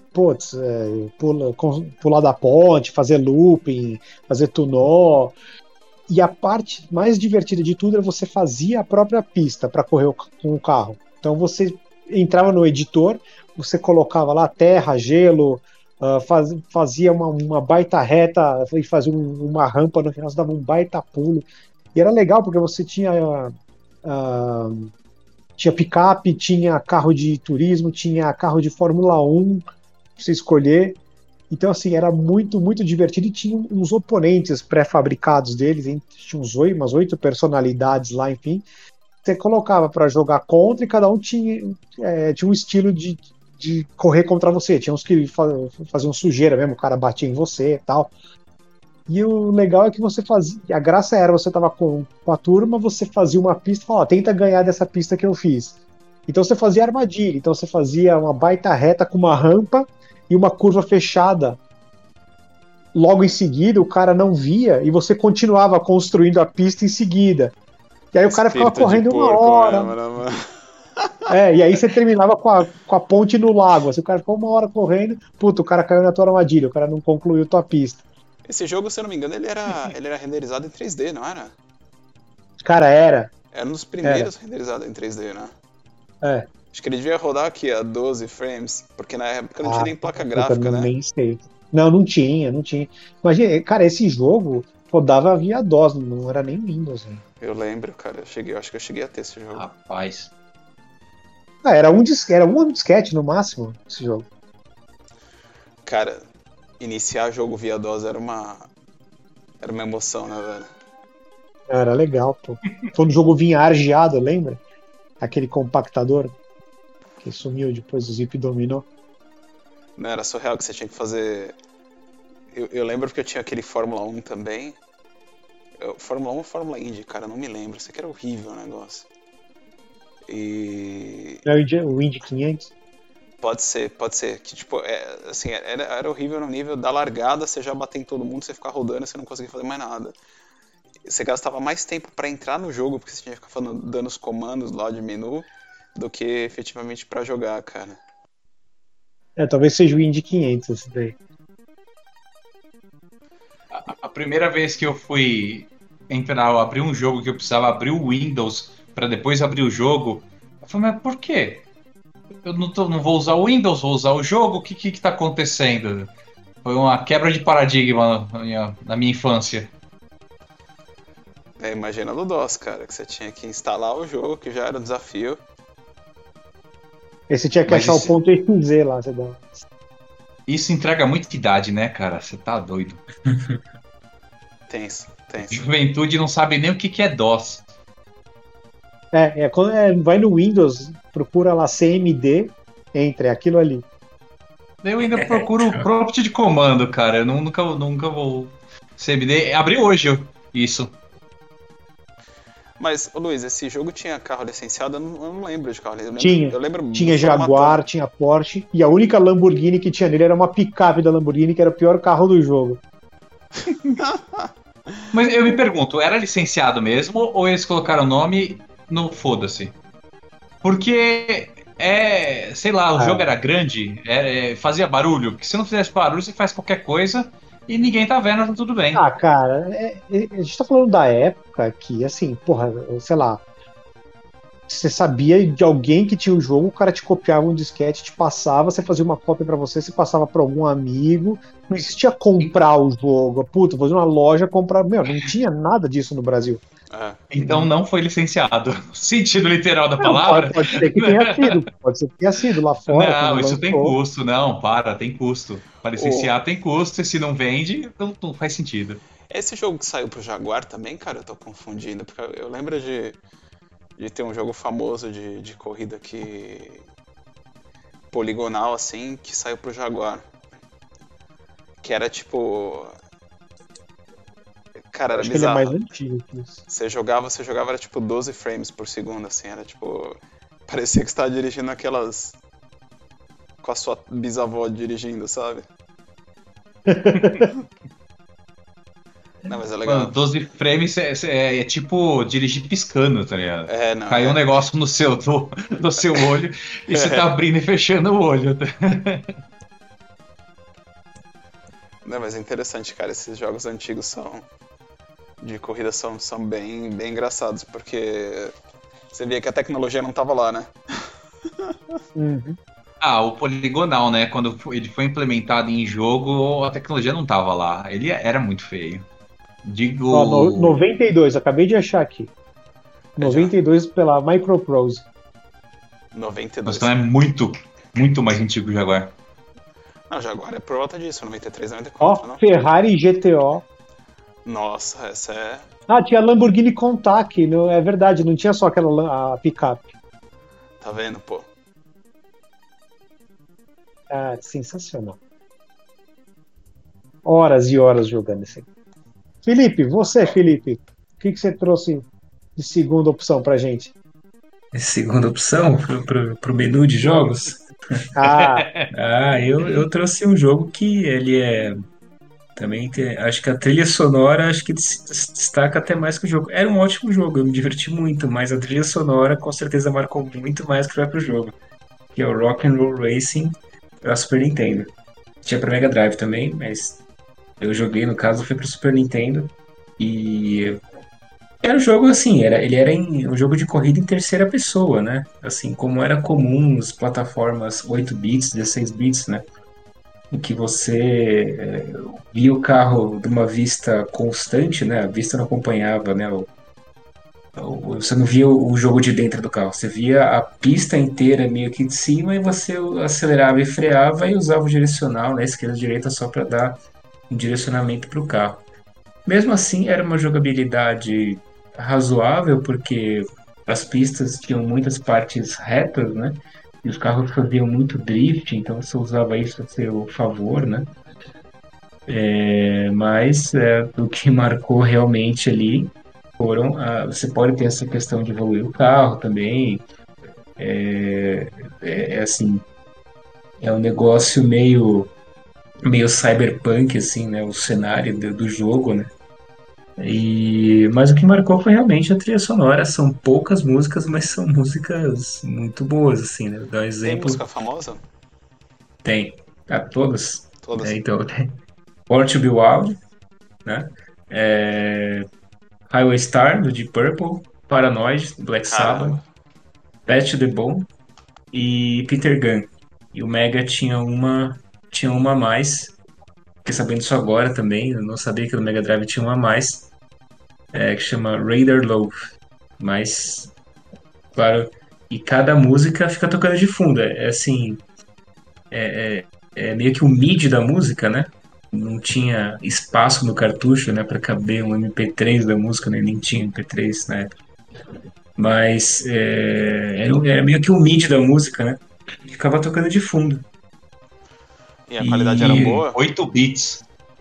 pular da ponte, fazer looping, fazer tunô. E a parte mais divertida de tudo é você fazia a própria pista para correr com o carro. Então você entrava no editor, você colocava lá terra, gelo, fazia uma baita reta e fazia uma rampa, no final você dava um baita pulo. E era legal porque você tinha picape, tinha carro de turismo, tinha carro de Fórmula 1 pra você escolher. Então, assim, era muito, muito divertido e tinha uns oponentes pré-fabricados deles, hein? Tinha umas 8 personalidades lá, enfim. Você colocava para jogar contra e cada um tinha um estilo de correr contra você. Tinha uns que faziam sujeira mesmo, o cara batia em você e tal. E o legal é que você fazia... A graça era, você tava com a turma, você fazia uma pista e falava, tenta ganhar dessa pista que eu fiz. Então você fazia armadilha, então você fazia uma baita reta com uma rampa e uma curva fechada. Logo em seguida, o cara não via e você continuava construindo a pista em seguida. E aí o cara ficava correndo uma hora. E aí você terminava com a ponte no lago. Assim, o cara ficou uma hora correndo, o cara caiu na tua armadilha, o cara não concluiu tua pista. Esse jogo, se eu não me engano, ele era renderizado em 3D, não era? Cara, era. Era um dos primeiros renderizados em 3D, né? Acho que ele devia rodar aqui a 12 frames, porque na época não tinha nem placa gráfica, né? Nem sei. Não tinha. Imagina, cara, esse jogo rodava via DOS, não era nem Windows. Né? Eu lembro, cara, eu acho que eu cheguei a ter esse jogo. Rapaz. Era um disquete no máximo, esse jogo. Cara, iniciar jogo via DOS era uma emoção, né, velho? Era legal, pô. Quando o jogo vinha argeado, lembra? Aquele compactador que sumiu depois do Zip dominou. Não, era surreal que você tinha que fazer... Eu lembro porque eu tinha aquele Fórmula 1 também. Fórmula 1 ou Fórmula Indy, cara, não me lembro. Isso aqui era horrível o negócio. E... O Indy 500? Pode ser. Que, tipo, assim, era horrível no nível da largada, você já bater em todo mundo, você ficar rodando e você não conseguia fazer mais nada. Você gastava mais tempo pra entrar no jogo, porque você tinha que ficar dando os comandos lá de menu, do que efetivamente pra jogar, cara. Talvez seja o Indy 500 esse daí. A primeira vez que eu fui abrir um jogo que eu precisava abrir o Windows pra depois abrir o jogo, eu falei, mas por quê? Eu não vou usar o Windows, vou usar o jogo, o que tá acontecendo? Foi uma quebra de paradigma na minha infância. Imagina no DOS, cara, que você tinha que instalar o jogo, que já era um desafio. E você tinha que achar o ponto .exe lá, você dá. Isso entrega muita idade, né, cara? Você tá doido. Tenso. Juventude não sabe nem o que é DOS. Quando vai no Windows, procura lá CMD, entre aquilo ali. Eu ainda procuro o prompt de comando, cara. Eu nunca vou... CMD... Abri hoje isso. Mas, Luiz, esse jogo tinha carro licenciado? Eu não lembro de carro licenciado. Tinha Jaguar, tinha Porsche, e a única Lamborghini que tinha nele era uma picape da Lamborghini, que era o pior carro do jogo. Mas eu me pergunto, era licenciado mesmo, ou eles colocaram o nome no foda-se? Porque, sei lá, o jogo era grande, fazia barulho, porque se não fizesse barulho, você faz qualquer coisa... E ninguém tá vendo, tá tudo bem. Cara, a gente tá falando da época que, assim, porra, sei lá, você sabia de alguém que tinha o jogo, o cara te copiava um disquete, te passava, você fazia uma cópia pra você passava pra algum amigo, não existia comprar o jogo, puta, fazer uma loja, comprar, não tinha nada disso no Brasil. Então não foi licenciado, no sentido literal da palavra. Pode ser que tenha sido lá fora. Não, isso tem custo, tem custo. Para licenciar tem custo, e se não vende, não faz sentido. Esse jogo que saiu pro Jaguar também, cara, eu tô confundindo, porque eu lembro de ter um jogo famoso de corrida poligonal, assim, que saiu pro Jaguar. Que era tipo... Cara, era bizarro. Ele é mais antigo que isso. Você jogava, era tipo 12 frames por segundo, assim, era tipo... Parecia que você tava dirigindo aquelas... Com a sua bisavó dirigindo, sabe? Não, mas é legal. Mano, 12 frames é tipo dirigir piscando, tá ligado? Não, Caiu um negócio no seu olho e você tá abrindo e fechando o olho. Não, mas é interessante, cara. Esses jogos antigos de corrida são bem engraçados, porque você via que a tecnologia não tava lá, né? Uhum. O poligonal, né? Quando ele foi implementado em jogo, a tecnologia não tava lá. Ele era muito feio. Digo... 92, acabei de achar aqui. 92 pela Microprose. 92. Então é muito, muito mais antigo que o Jaguar. Não, Jaguar é por volta disso, 93, 94, não? Ferrari GTO. Nossa, essa é... Tinha Lamborghini Countach, é verdade, não tinha só a picape. Tá vendo, pô? Sensacional. Horas e horas jogando isso aqui. Felipe, o que você trouxe de segunda opção pra gente? Segunda opção pro menu de jogos? Eu trouxe um jogo que ele também acho que a trilha sonora acho que se destaca até mais que o jogo. Era um ótimo jogo, eu me diverti muito, mas a trilha sonora com certeza marcou muito mais que o próprio jogo, que é o Rock and Roll Racing pra Super Nintendo. Tinha pra Mega Drive também, mas eu joguei, no caso, foi pro Super Nintendo. E era um jogo assim, ele era um jogo de corrida em terceira pessoa, né? Assim, como era comum nas plataformas 8 bits, 16 bits, né? Em que você via o carro de uma vista constante, né? A vista não acompanhava, né? Você não via o jogo de dentro do carro, você via a pista inteira meio que de cima e você acelerava e freava e usava o direcional, né, esquerda e direita só para dar um direcionamento para o carro. Mesmo assim, era uma jogabilidade razoável, porque as pistas tinham muitas partes retas, né? E os carros faziam muito drift, então você usava isso a seu favor, né? Mas o que marcou realmente ali foram. Você pode ter essa questão de evoluir o carro também. Assim, é um negócio meio cyberpunk, assim, né? O cenário do jogo, né? Mas o que marcou foi realmente a trilha sonora. São poucas músicas, mas são músicas muito boas, assim, né? Vou dar um Tem exemplo. música famosa? Tem. Todas. Todas. Então, tem Born to Be Wild, né? Highway Star, do Deep Purple. Paranoid, do Black Sabbath. Caramba. Bad to the Bone e Peter Gunn. E o Mega tinha uma a mais. Fiquei sabendo isso agora também. Eu não sabia que no Mega Drive tinha uma a mais. Que chama Raider Love. Mas, claro, e cada música fica tocando de fundo. Assim, é meio que o MIDI da música, né? Não tinha espaço no cartucho, né, para caber um MP3 da música, né? Nem tinha MP3 na época. Mas era meio que o MIDI da música, né? Ficava tocando de fundo. E a qualidade era boa? 8 bits.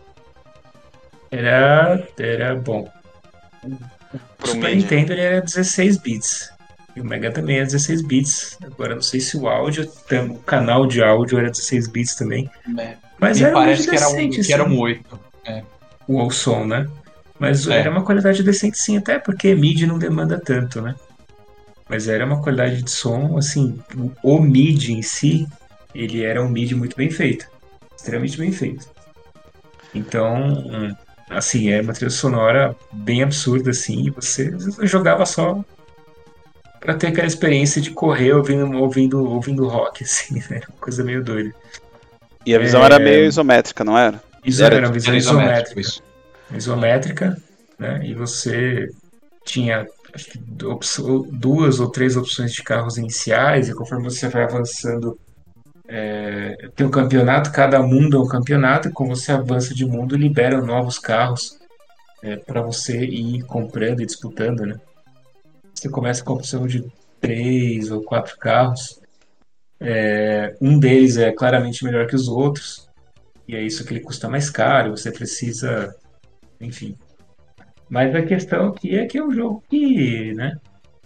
Era bom. O Pro Super MIDI. Nintendo ele era 16 bits. E o Mega também era 16 bits. Agora não sei se o áudio, o canal de áudio era 16 bits tambem. Mas Me era um vídeo parece decente, que era sim. um 8. O som, né? Mas É. era uma qualidade decente sim, até porque MIDI não demanda tanto, né? Mas era uma qualidade de som, assim, o MIDI em si, ele era um MIDI muito bem feito. Extremamente bem feito. Então, assim, é uma trilha sonora bem absurda, assim, e você jogava só pra ter aquela experiência de correr ouvindo rock, assim, né? Uma coisa meio doida. E a visão era meio isométrica, não era? Era uma visão Era isométrico isométrica. isso. Isométrica, né? E você tinha acho que 2 ou 3 opções de carros iniciais, e conforme você vai avançando, tem um campeonato, cada mundo é um campeonato, e como você avança de mundo, liberam novos carros para você ir comprando e disputando, né? Você começa com a opção de 3 ou 4 carros, um deles é claramente melhor que os outros, e é isso que ele custa mais caro, você precisa, enfim. Mas a questão aqui é que é um jogo que, né?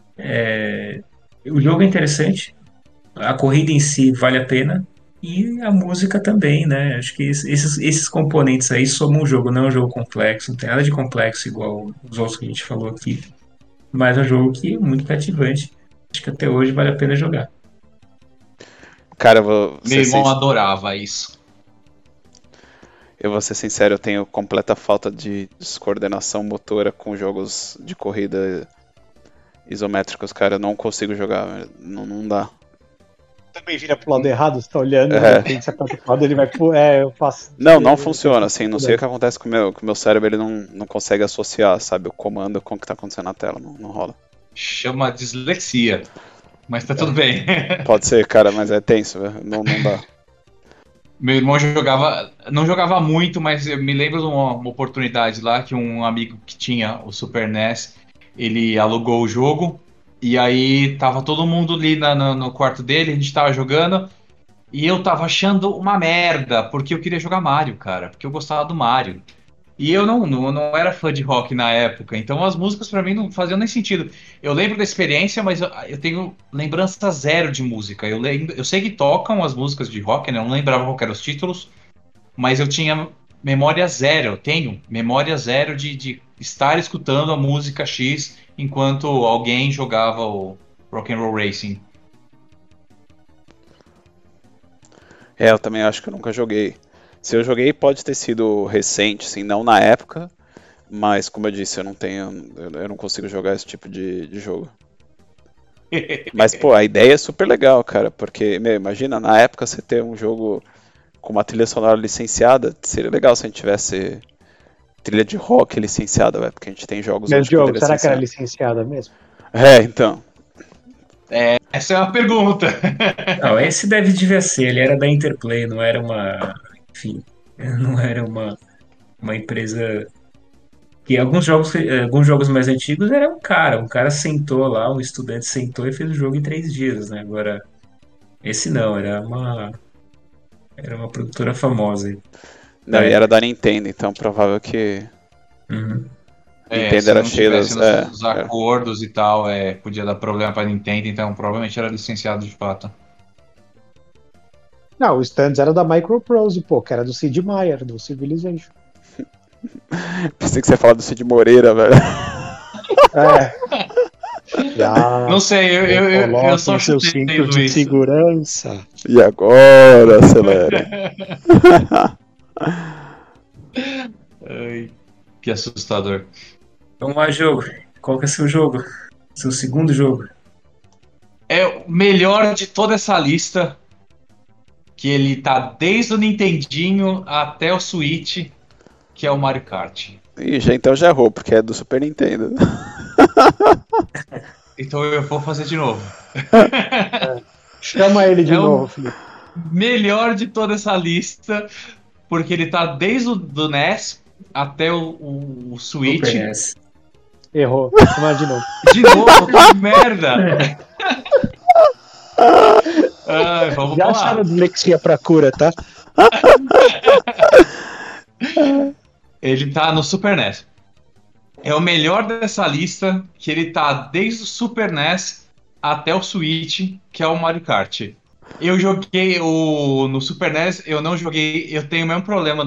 O jogo é interessante, a corrida em si vale a pena e a música também, né? Acho que esses componentes aí somam o jogo. Não é um jogo complexo, não tem nada de complexo igual os outros que a gente falou aqui, mas é um jogo que é muito cativante. Acho que até hoje vale a pena jogar. Cara, Meu irmão adorava isso. eu vou ser sincero, eu tenho completa falta de descoordenação motora com jogos de corrida isométricos, cara. Eu não consigo jogar, não dá. Também vira pro lado errado, você tá olhando, de repente você aperta o lado, ele vai eu faço. Não funciona, assim, não sei o que acontece com o meu cérebro, ele não consegue associar, sabe, o comando com o que tá acontecendo na tela, não rola. Chama dislexia. Mas tá tudo bem. Pode ser, cara, mas é tenso, não dá. Meu irmão não jogava muito, mas eu me lembro de uma oportunidade lá que um amigo que tinha o Super NES, ele alugou o jogo e aí tava todo mundo ali no quarto dele, a gente tava jogando e eu tava achando uma merda, porque eu queria jogar Mario, cara, porque eu gostava do Mario. E eu não era fã de rock na época, então as músicas pra mim não faziam nem sentido. Eu lembro da experiência, mas eu tenho lembrança zero de música. Eu sei que tocam as músicas de rock, né? Eu não lembrava qual eram os títulos, mas eu tinha memória zero. Eu tenho memória zero de estar escutando a música X enquanto alguém jogava o Rock and Roll Racing. Eu também acho que eu nunca joguei. Se eu joguei, pode ter sido recente, assim, não na época, mas como eu disse, eu não consigo jogar esse tipo de jogo. Mas, pô, a ideia é super legal, cara, porque, imagina, na época você ter um jogo com uma trilha sonora licenciada, seria legal se a gente tivesse trilha de rock licenciada, velho, porque a gente tem jogos Meu hoje com Diogo, trilha será que era licenciada. licenciada mesmo? Então. Essa é uma pergunta. Não, esse devia ser, ele era da Interplay, não era uma. Enfim, não era uma empresa. E alguns jogos mais antigos era um cara sentou lá, um estudante sentou e fez o jogo em 3 dias, né? Agora, esse não, era uma produtora famosa Não, da e era época. da Nintendo, então provável que Uhum. Nintendo Se era não cheio tivesse das. os acordos e tal, podia dar problema pra Nintendo, então provavelmente era licenciado de fato. Não, o Stands era da Microprose, pô, que era do Sid Meier, do Civilization. Pensei que você ia falar do Cid Moreira, velho. Já Não sei, eu coloque só seu chutei, cinto de Luiz. segurança. E agora, acelere. Ai, que assustador. Vamos lá, jogo. Qual que é seu jogo? Seu segundo jogo? É o melhor de toda essa lista, que ele tá desde o Nintendinho até o Switch, que é o Mario Kart. Então já errou, porque é do Super Nintendo. Então eu vou fazer de novo. Chama ele de É o novo, Felipe. melhor de toda essa lista, porque ele tá desde o do NES até o Switch. Super NES. Errou. Chama de novo. De novo, que merda! Vamos Já lá. acharam dislexia pra cura, tá? Ele tá no Super NES. É o melhor dessa lista, que ele tá desde o Super NES até o Switch, que é o Mario Kart. Eu joguei no Super NES, eu não joguei. Eu tenho o mesmo problema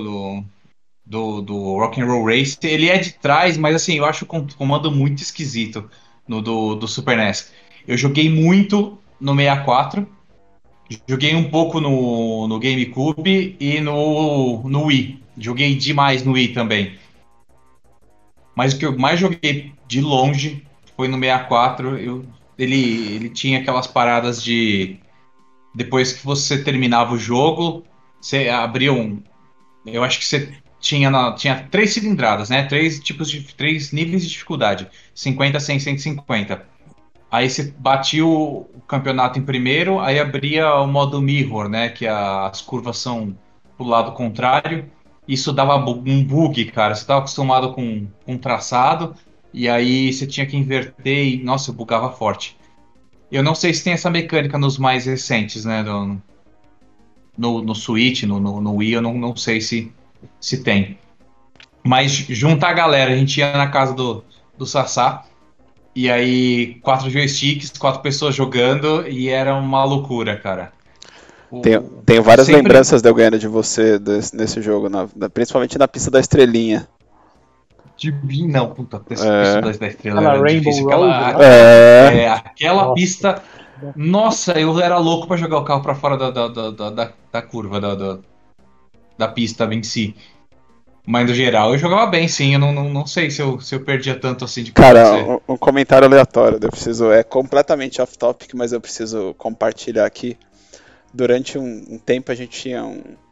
do Rock'n'Roll Race. Ele é de trás, mas assim, eu acho o comando muito esquisito do Super NES. Eu joguei muito no 64, joguei um pouco no GameCube e no Wii. Joguei demais no Wii também. Mas o que eu mais joguei de longe foi no 64. Ele tinha aquelas paradas de. Depois que você terminava o jogo, você abria um. Eu acho que você tinha 3 cilindradas, né? Três níveis de dificuldade: 50, 100, 150. Aí você batia o campeonato em primeiro, aí abria o modo mirror, né? Que as curvas são pro lado contrário. Isso dava um bug, cara. Você estava acostumado com um traçado, e aí você tinha que inverter e, nossa, eu bugava forte. Eu não sei se tem essa mecânica nos mais recentes, né? No Switch, no Wii, eu não sei se tem. Mas juntar a galera, a gente ia na casa do Sassá. E aí, 4 joysticks, 4 pessoas jogando, e era uma loucura, cara. Tenho várias Sempre- lembranças de eu ganhando de você nesse jogo, principalmente na pista da estrelinha. Não, puta, pista da estrela Aquela era Rainbow difícil. Road, Aquela, né? aquela Nossa. pista. Nossa, eu era louco pra jogar o carro pra fora da curva, da pista em si. Mas no geral eu jogava bem, sim. Eu não sei se eu perdia tanto assim de Cara, você. um comentário aleatório. É completamente off-topic, mas eu preciso compartilhar aqui. Durante um tempo a gente tinha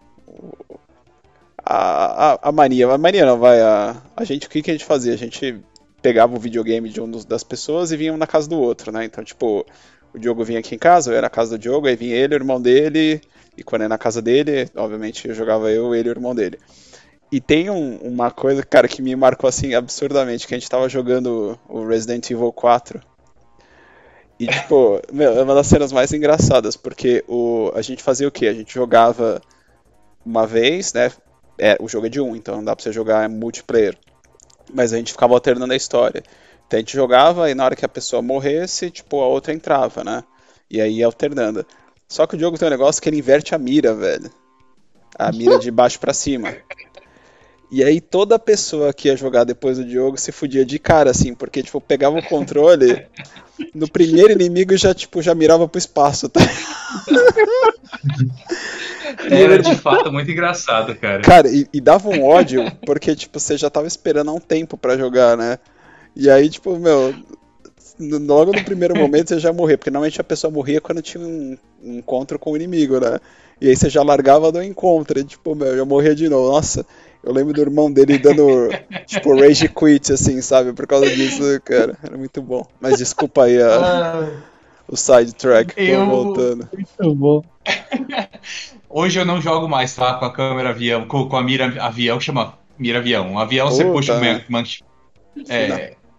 a mania. A mania não, vai. A gente, o que a gente fazia? A gente pegava o videogame de das pessoas e vinha um na casa do outro, né? Então, tipo, o Diogo vinha aqui em casa, eu ia na casa do Diogo, aí vinha ele, o irmão dele, e quando é na casa dele, obviamente eu jogava ele e o irmão dele. E tem uma coisa, cara, que me marcou assim absurdamente, que a gente tava jogando o Resident Evil 4. E, tipo, meu, é uma das cenas mais engraçadas, porque a gente fazia o quê? A gente jogava uma vez, né? O jogo é de então não dá pra você jogar multiplayer. Mas a gente ficava alternando a história. Então a gente jogava e na hora que a pessoa morresse, tipo, a outra entrava, né? E aí ia alternando. Só que o jogo tem um negócio que ele inverte a mira, velho. A mira de baixo pra cima. E aí toda pessoa que ia jogar depois do Diogo se fudia de cara, assim, porque, tipo, pegava o controle, no primeiro inimigo já mirava pro espaço, tá? Era de fato muito engraçado, cara. Cara, e dava um ódio, porque, tipo, você já tava esperando há um tempo pra jogar, né? E aí, tipo, meu, logo no primeiro momento você já morria, porque normalmente a pessoa morria quando tinha um encontro com o inimigo, né? E aí você já largava do encontro, e, tipo, meu, eu já morria de novo. Nossa, eu lembro do irmão dele dando, tipo, rage quit, assim, sabe? Por causa disso, cara. Era muito bom. Mas desculpa aí o sidetrack, Eu- voltando. Muito bom. Hoje eu não jogo mais, tá? Com a câmera avião, com a mira avião, chama mira avião. Um avião você puxa o Puta, manche. Não.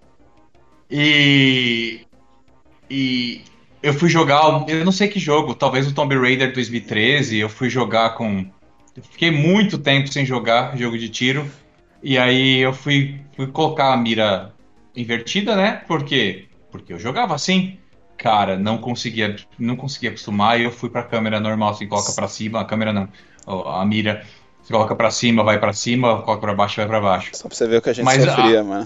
E, e eu fui jogar, eu não sei que jogo, talvez o Tomb Raider 2013. Eu fui jogar com. Eu fiquei muito tempo sem jogar jogo de tiro. E aí eu fui colocar a mira invertida, né? Por quê? Porque eu jogava assim. Cara, não conseguia acostumar e eu fui pra câmera normal, assim, coloca pra cima, a câmera não, a mira, você coloca pra cima, vai pra cima, coloca pra baixo, vai pra baixo. Só pra você ver o que a gente Mas sofria, mano.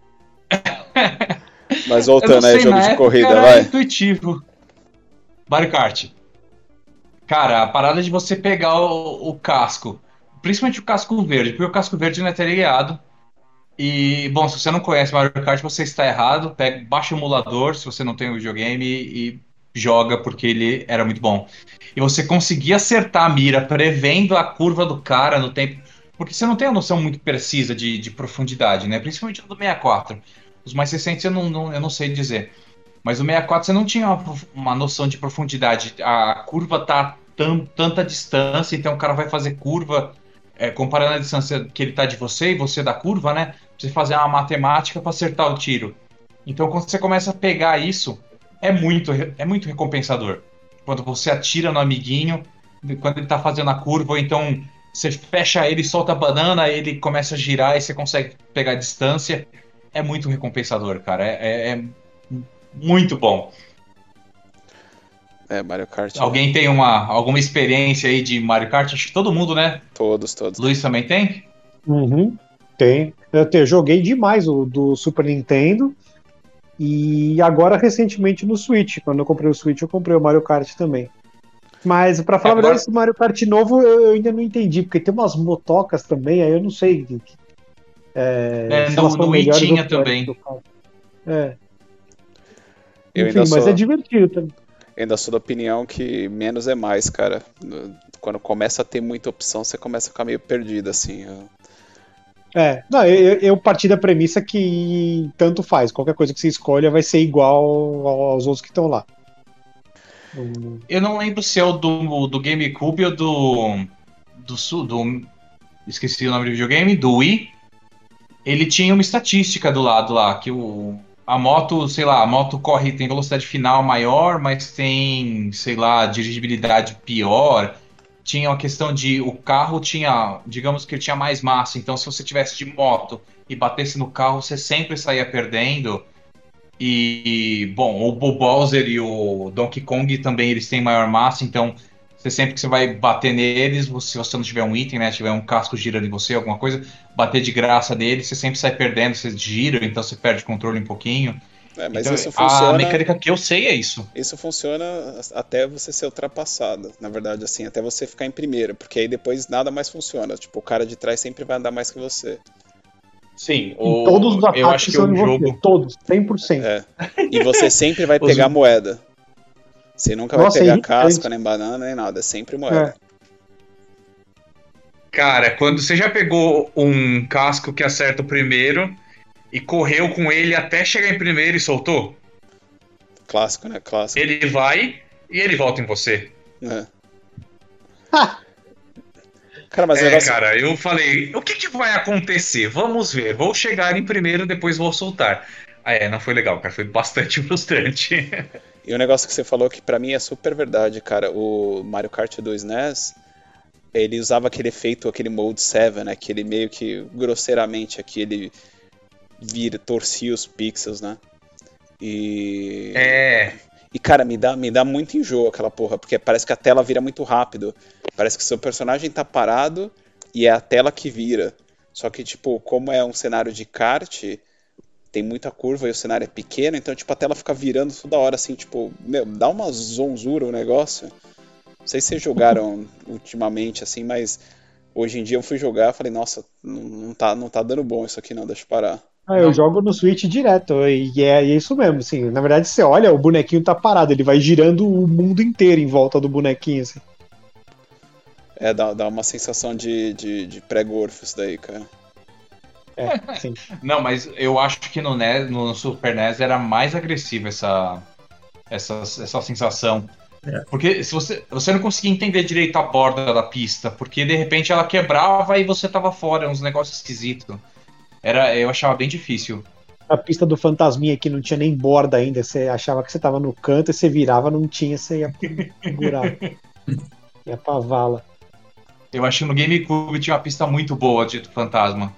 Mas eu não voltando aí, sei, jogo na de época corrida, era vai. intuitivo. Mario Kart. Cara, a parada de você pegar o casco, principalmente o casco verde, porque o casco verde não é teleguiado. E, bom, se você não conhece Mario Kart, você está errado. Baixa o emulador, se você não tem o videogame, e joga, porque ele era muito bom. E você conseguia acertar a mira, prevendo a curva do cara no tempo. Porque você não tem uma noção muito precisa de profundidade, né? Principalmente no do 64. Os mais recentes eu não sei dizer. Mas o 64 você não tinha uma noção de profundidade. A curva tá tanta distância, então o cara vai fazer curva comparando a distância que ele tá de você e você da curva, né? Você fazer uma matemática para acertar o tiro. Então quando você começa a pegar isso, é muito recompensador. Quando você atira no amiguinho, quando ele tá fazendo a curva, ou então você fecha ele, solta a banana, ele começa a girar e você consegue pegar a distância. É muito recompensador, cara. É muito bom. Mario Kart, Alguém tem alguma experiência aí de Mario Kart? Acho que todo mundo, né? todos. Luiz também tem? Uhum, tem. Eu joguei demais o do Super Nintendo. E agora, recentemente, no Switch. Quando eu comprei o Switch, eu comprei o Mario Kart também. Mas, pra falar a verdade, Agora, esse Mario Kart novo eu ainda não entendi, porque tem umas motocas também, aí eu não sei se elas são no Wii melhores ou tinha piores que também. o carro. É, Eu enfim, mas é divertido também. ainda sou da opinião que menos é mais, cara. Quando começa a ter muita opção, você começa a ficar meio perdido, assim. Não, eu parti da premissa que tanto faz, qualquer coisa que você escolha vai ser igual aos outros que estão lá. Eu não lembro se é o do GameCube ou do. Esqueci o nome do videogame, do Wii. Ele tinha uma estatística do lado lá, que a moto, sei lá, a moto corre, tem velocidade final maior, mas tem, sei lá, dirigibilidade pior. Tinha uma questão de o carro tinha, digamos que ele tinha mais massa, então se você tivesse de moto e batesse no carro, você sempre saía perdendo. E, bom, o Bowser e o Donkey Kong também eles têm maior massa, então sempre que você vai bater neles, se você não tiver um item, né, tiver um casco girando em você, alguma coisa, bater de graça neles, você sempre sai perdendo, você gira, então você perde controle um pouquinho. Mas Então, isso a funciona. mecânica que eu sei é isso. Isso funciona até você ser ultrapassado, na verdade, assim, até você ficar em primeiro, porque aí depois nada mais funciona. Tipo, o cara de trás sempre vai andar mais que você. Sim, E todos os eu acho ataques que são o em você, jogo. todos, 100%. É. E você sempre vai Os- pegar moeda. Você nunca vai Nossa, pegar é irritante. casca, nem banana, nem nada. É sempre moeda. Cara, quando você já pegou um casco que acerta o primeiro e correu com ele até chegar em primeiro e soltou, Clássico, né? Clássico. ele vai e ele volta em você. É. Cara, mas o negócio. Cara, eu falei, o que vai acontecer? Vamos ver. Vou chegar em primeiro, depois vou soltar. Não foi legal, cara. Foi bastante frustrante. E o negócio que você falou que pra mim é super verdade, cara. O Mario Kart 2 NES, ele usava aquele efeito, aquele Mode 7, né? Que ele meio que grosseiramente aqui ele torcia os pixels, né? E cara, me dá muito enjoo aquela porra, porque parece que a tela vira muito rápido. Parece que seu personagem tá parado e é a tela que vira. Só que, tipo, como é um cenário de kart, tem muita curva e o cenário é pequeno, então, tipo, a tela fica virando toda hora, assim, tipo, meu, dá uma zonzura o negócio. Não sei se vocês jogaram ultimamente, assim, mas hoje em dia eu fui jogar e falei, nossa, não tá dando bom isso aqui não, deixa eu parar. Eu jogo no Switch direto, e é isso mesmo, assim. Na verdade, você olha, o bonequinho tá parado, ele vai girando o mundo inteiro em volta do bonequinho, assim. Dá uma sensação de pré-gorfo isso daí, cara. Sim. Não, mas eu acho que no Super NES era mais agressiva essa sensação. Porque se você não conseguia entender direito a borda da pista, porque de repente ela quebrava e você tava fora, uns negócios esquisitos. Eu achava bem difícil. A pista do Fantasminha que não tinha nem borda ainda, você achava que você tava no canto e você virava, não tinha, você ia pro buraco. Ia pra vala. Eu acho que no GameCube tinha uma pista muito boa de Fantasma.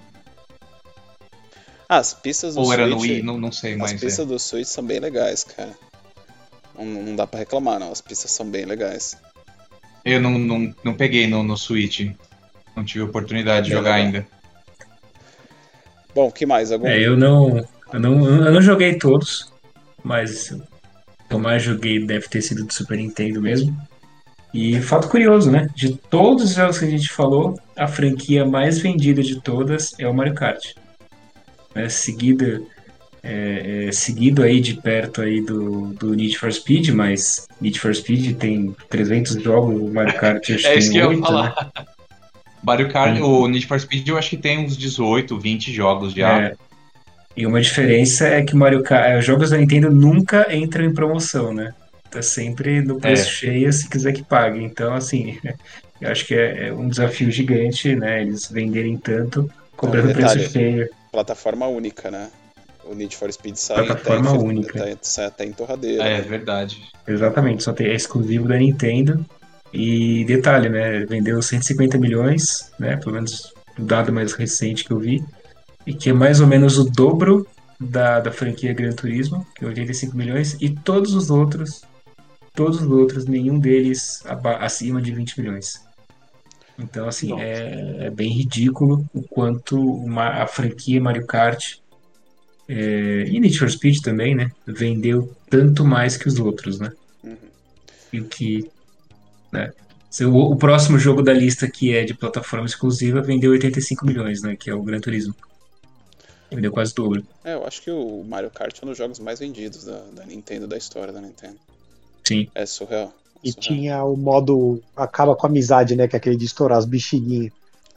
As pistas do Ou Switch... era no Wii, não sei mais. As pistas do Switch são bem legais, cara. Não dá pra reclamar, não. As pistas são bem legais. Eu não peguei no Switch. Não tive oportunidade de jogar legal. ainda. Bom, o que mais? Eu não joguei todos, mas o que eu mais joguei deve ter sido do Super Nintendo mesmo. E fato curioso, né? De todos os jogos que a gente falou, a franquia mais vendida de todas é o Mario Kart. Seguido aí de perto aí do Need for Speed, mas Need for Speed tem 300 jogos, o Mario Kart acho que É isso que tem eu ia 8, falar. né? Mario Kart, o Need for Speed eu acho que tem uns 18, 20 jogos já. E uma diferença é que o Mario Kart, os jogos da Nintendo nunca entram em promoção, né? Tá sempre no preço cheio, se quiser que pague. Então, assim, eu acho que é um desafio gigante, né? Eles venderem tanto, cobrando preço cheio. Plataforma única, né? O Need for Speed sai Plataforma única. sai até em torradeira. É né? verdade. Exatamente, é exclusivo da Nintendo. E detalhe, né? Vendeu 150 milhões, né? Pelo menos o dado mais recente que eu vi. E que é mais ou menos o dobro da franquia Gran Turismo, que é 85 milhões. E todos os outros, nenhum deles acima de 20 milhões. Então, assim, é bem ridículo o quanto a franquia Mario Kart e Need for Speed também, né? Vendeu tanto mais que os outros, né? E o que, né? O próximo jogo da lista que é de plataforma exclusiva vendeu 85 milhões, né? Que é o Gran Turismo. Vendeu quase o dobro. Eu acho que o Mario Kart é um dos jogos mais vendidos da Nintendo, da história da Nintendo. Sim. É surreal. E tinha o modo acaba com a amizade, né? Que é aquele de estourar as bexiguinhas.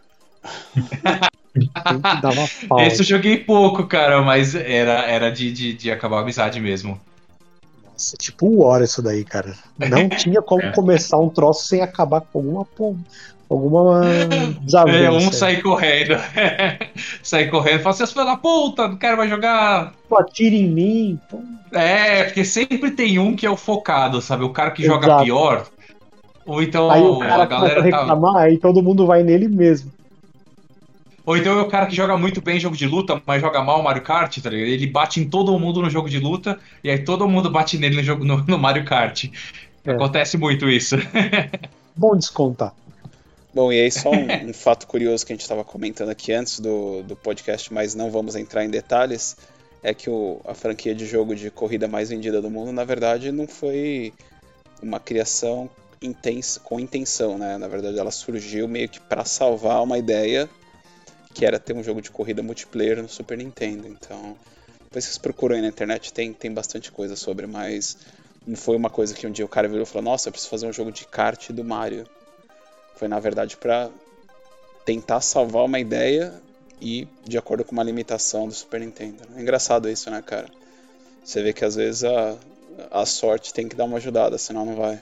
Dava pau. Esse eu joguei pouco, cara, mas era de acabar a amizade mesmo. Nossa, tipo o War isso daí, cara. Não tinha como começar um troço sem acabar com alguma desavença. Um sair correndo. Sair correndo e falar, seus filhos da puta, não quero mais jogar. Pô, atira em mim. Pô. Porque sempre tem um que é o focado, sabe? O cara que joga pior. Ou então aí o cara a galera começa a reclamar, aí todo mundo vai nele mesmo. Ou então é o cara que joga muito bem jogo de luta, mas joga mal Mario Kart, tá ligado? Ele bate em todo mundo no jogo de luta, e aí todo mundo bate nele no Mario Kart. Acontece muito isso. Bom descontar. Bom, e aí só um fato curioso que a gente estava comentando aqui antes do podcast, mas não vamos entrar em detalhes, é que a franquia de jogo de corrida mais vendida do mundo, na verdade, não foi uma criação com intenção, né? Na verdade, ela surgiu meio que para salvar uma ideia que era ter um jogo de corrida multiplayer no Super Nintendo. Então, depois vocês procuram aí na internet, tem bastante coisa sobre, mas não foi uma coisa que um dia o cara virou e falou, nossa, eu preciso fazer um jogo de kart do Mario. Foi, na verdade, para tentar salvar uma ideia e de acordo com uma limitação do Super Nintendo. É engraçado isso, né, cara? Você vê que às vezes a sorte tem que dar uma ajudada, senão não vai.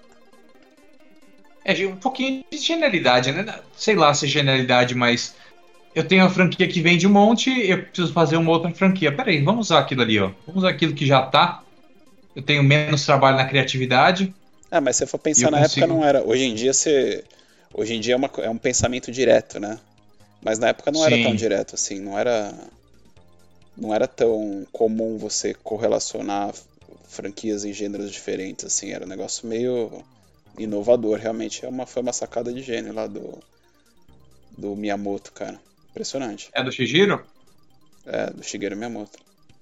Um pouquinho de genialidade, né? Sei lá se é genialidade, mas eu tenho uma franquia que vende um monte, eu preciso fazer uma outra franquia. Peraí, vamos usar aquilo ali, ó. Vamos usar aquilo que já tá. Eu tenho menos trabalho na criatividade. Mas se for pensar na época não era. Hoje em dia é um pensamento direto, né? Mas na época não era tão direto assim, não era tão comum você correlacionar franquias em gêneros diferentes, assim, era um negócio meio inovador, realmente foi uma sacada de gênio lá do Miyamoto, cara. Impressionante. É do Shigeru? É, do Shigeru Miyamoto.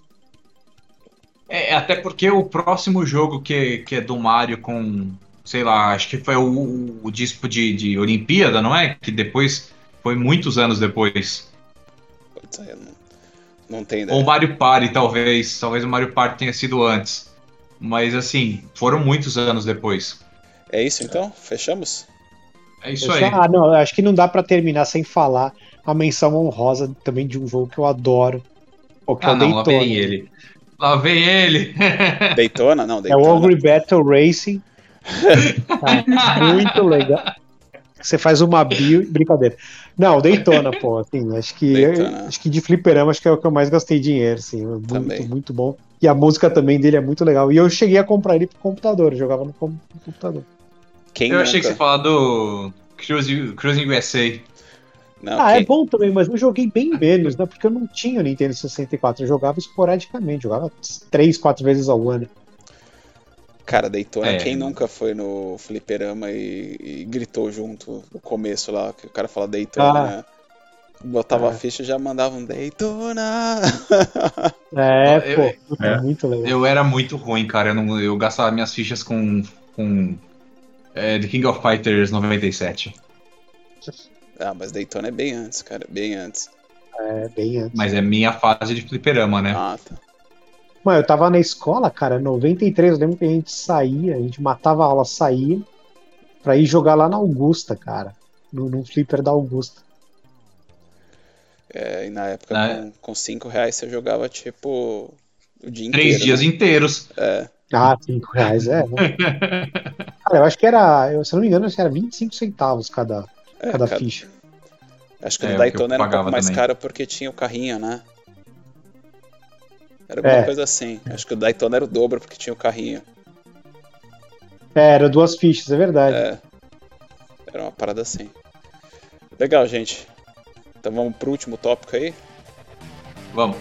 Até porque o próximo jogo que é do Mario com, sei lá, acho que foi o disco de Olimpíada, não é? Que depois foi muitos anos depois. Putz, aí não tem ideia. Ou o Mario Party, talvez o Mario Party tenha sido antes. Mas assim, foram muitos anos depois. É isso então? Fechamos? É isso aí. Não, eu acho que não dá pra terminar sem falar a menção honrosa também de um jogo que eu adoro. Que é o não, lá Daytona. vem ele. Lá vem ele. Daytona? Não, É o Daytona. Ogre Battle Racing. Muito legal. Você faz uma brincadeira. Não, Daytona, pô, assim, acho que de fliperama acho que é o que eu mais gastei dinheiro, assim, Também. muito bom. E a música também dele é muito legal. E eu cheguei a comprar ele pro computador, eu jogava no computador. Eu achei que você ia falar do Cruising USA. Não, é bom também, mas eu joguei bem menos, né? Porque eu não tinha o Nintendo 64, eu jogava esporadicamente, jogava 3, 4 vezes ao ano. Cara, Daytona, quem nunca foi no fliperama e gritou junto no começo lá, que o cara fala Daytona, né? Botava a ficha e já mandava um Daytona. Muito legal. Eu era muito ruim, cara. Eu gastava minhas fichas com The King of Fighters 97. Mas Daytona é bem antes, cara, bem antes. Bem antes. Mas é minha fase de fliperama, né? Tá. Mano, eu tava na escola, cara, 93, eu lembro que a gente matava a aula, saía pra ir jogar lá na Augusta, cara. No flipper da Augusta. E na época, com R$5 você jogava, tipo, o dia inteiro. 3 dias inteiros. R$5, né? Cara, eu acho que era, se eu não me engano, acho que era 25 centavos cada ficha. Acho que no Daytona era um pouco mais caro porque tinha o carrinho, né? Era alguma coisa assim. Acho que o Daytona era o dobro porque tinha o carrinho. Era 2 fichas, é verdade. Era uma parada assim. Legal, gente. Então vamos pro último tópico aí? Vamos.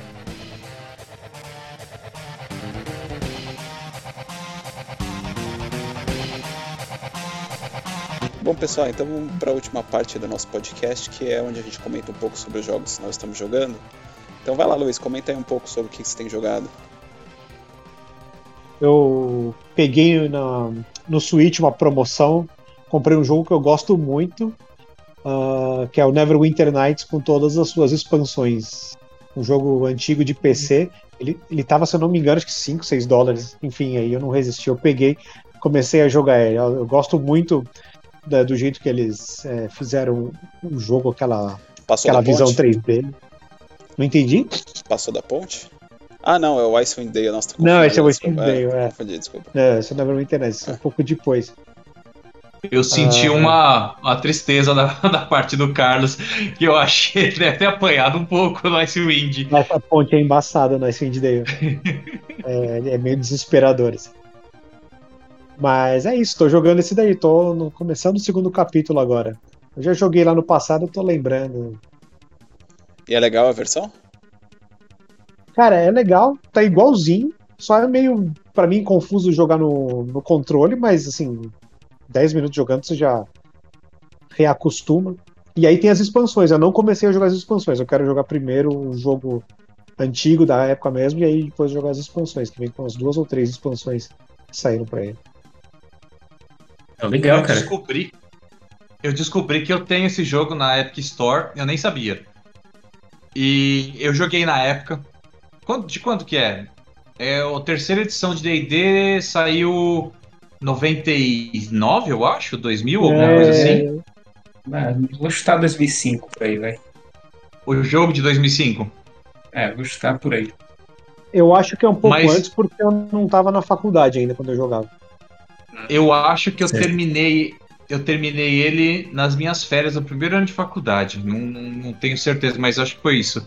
Bom, pessoal, então vamos para a última parte do nosso podcast, que é onde a gente comenta um pouco sobre os jogos que nós estamos jogando. Então vai lá, Luiz, comenta aí um pouco sobre o que você tem jogado. Eu peguei no Switch uma promoção, comprei um jogo que eu gosto muito, que é o Neverwinter Nights, com todas as suas expansões. Um jogo antigo de PC. Ele tava, se eu não me engano, acho que $5, $6. Enfim, aí eu não resisti, eu peguei, comecei a jogar ele. Eu gosto muito do jeito que eles fizeram o jogo, aquela visão 3D. Não entendi? Passou da ponte? Não, é o Icewind Dale. Nossa, não, esse é o Icewind Dale, Confundi, desculpa. Esse é o Neverwinter Nights, um pouco depois. Eu senti uma tristeza da parte do Carlos, que eu achei que ele deve ter apanhado um pouco no Icewind. Essa ponte é embaçada no Icewind Dale. É meio desesperador. Assim. Mas é isso, tô jogando esse daí, tô começando o 2º capítulo agora. Eu já joguei lá no passado, eu tô lembrando. E é legal a versão? Cara, é legal, tá igualzinho, só é meio, pra mim, confuso jogar no controle, mas assim, 10 minutos jogando você já reacostuma. E aí tem as expansões, eu não comecei a jogar as expansões, eu quero jogar primeiro o jogo antigo da época mesmo, e aí depois jogar as expansões, que vem com as 2 ou 3 expansões que saíram pra ele. Legal, cara. Eu descobri que eu tenho esse jogo na Epic Store, eu nem sabia. E eu joguei na época. De quando que é? É a 3ª edição de D&D, saiu 99, eu acho? 2000, alguma coisa assim? Vou chutar 2005 por aí, vai. O jogo de 2005? Vou chutar por aí. Eu acho que é um pouco antes, porque eu não tava na faculdade ainda quando eu jogava. Eu acho que eu terminei ele nas minhas férias do 1º ano de faculdade. Não tenho certeza, mas acho que foi isso.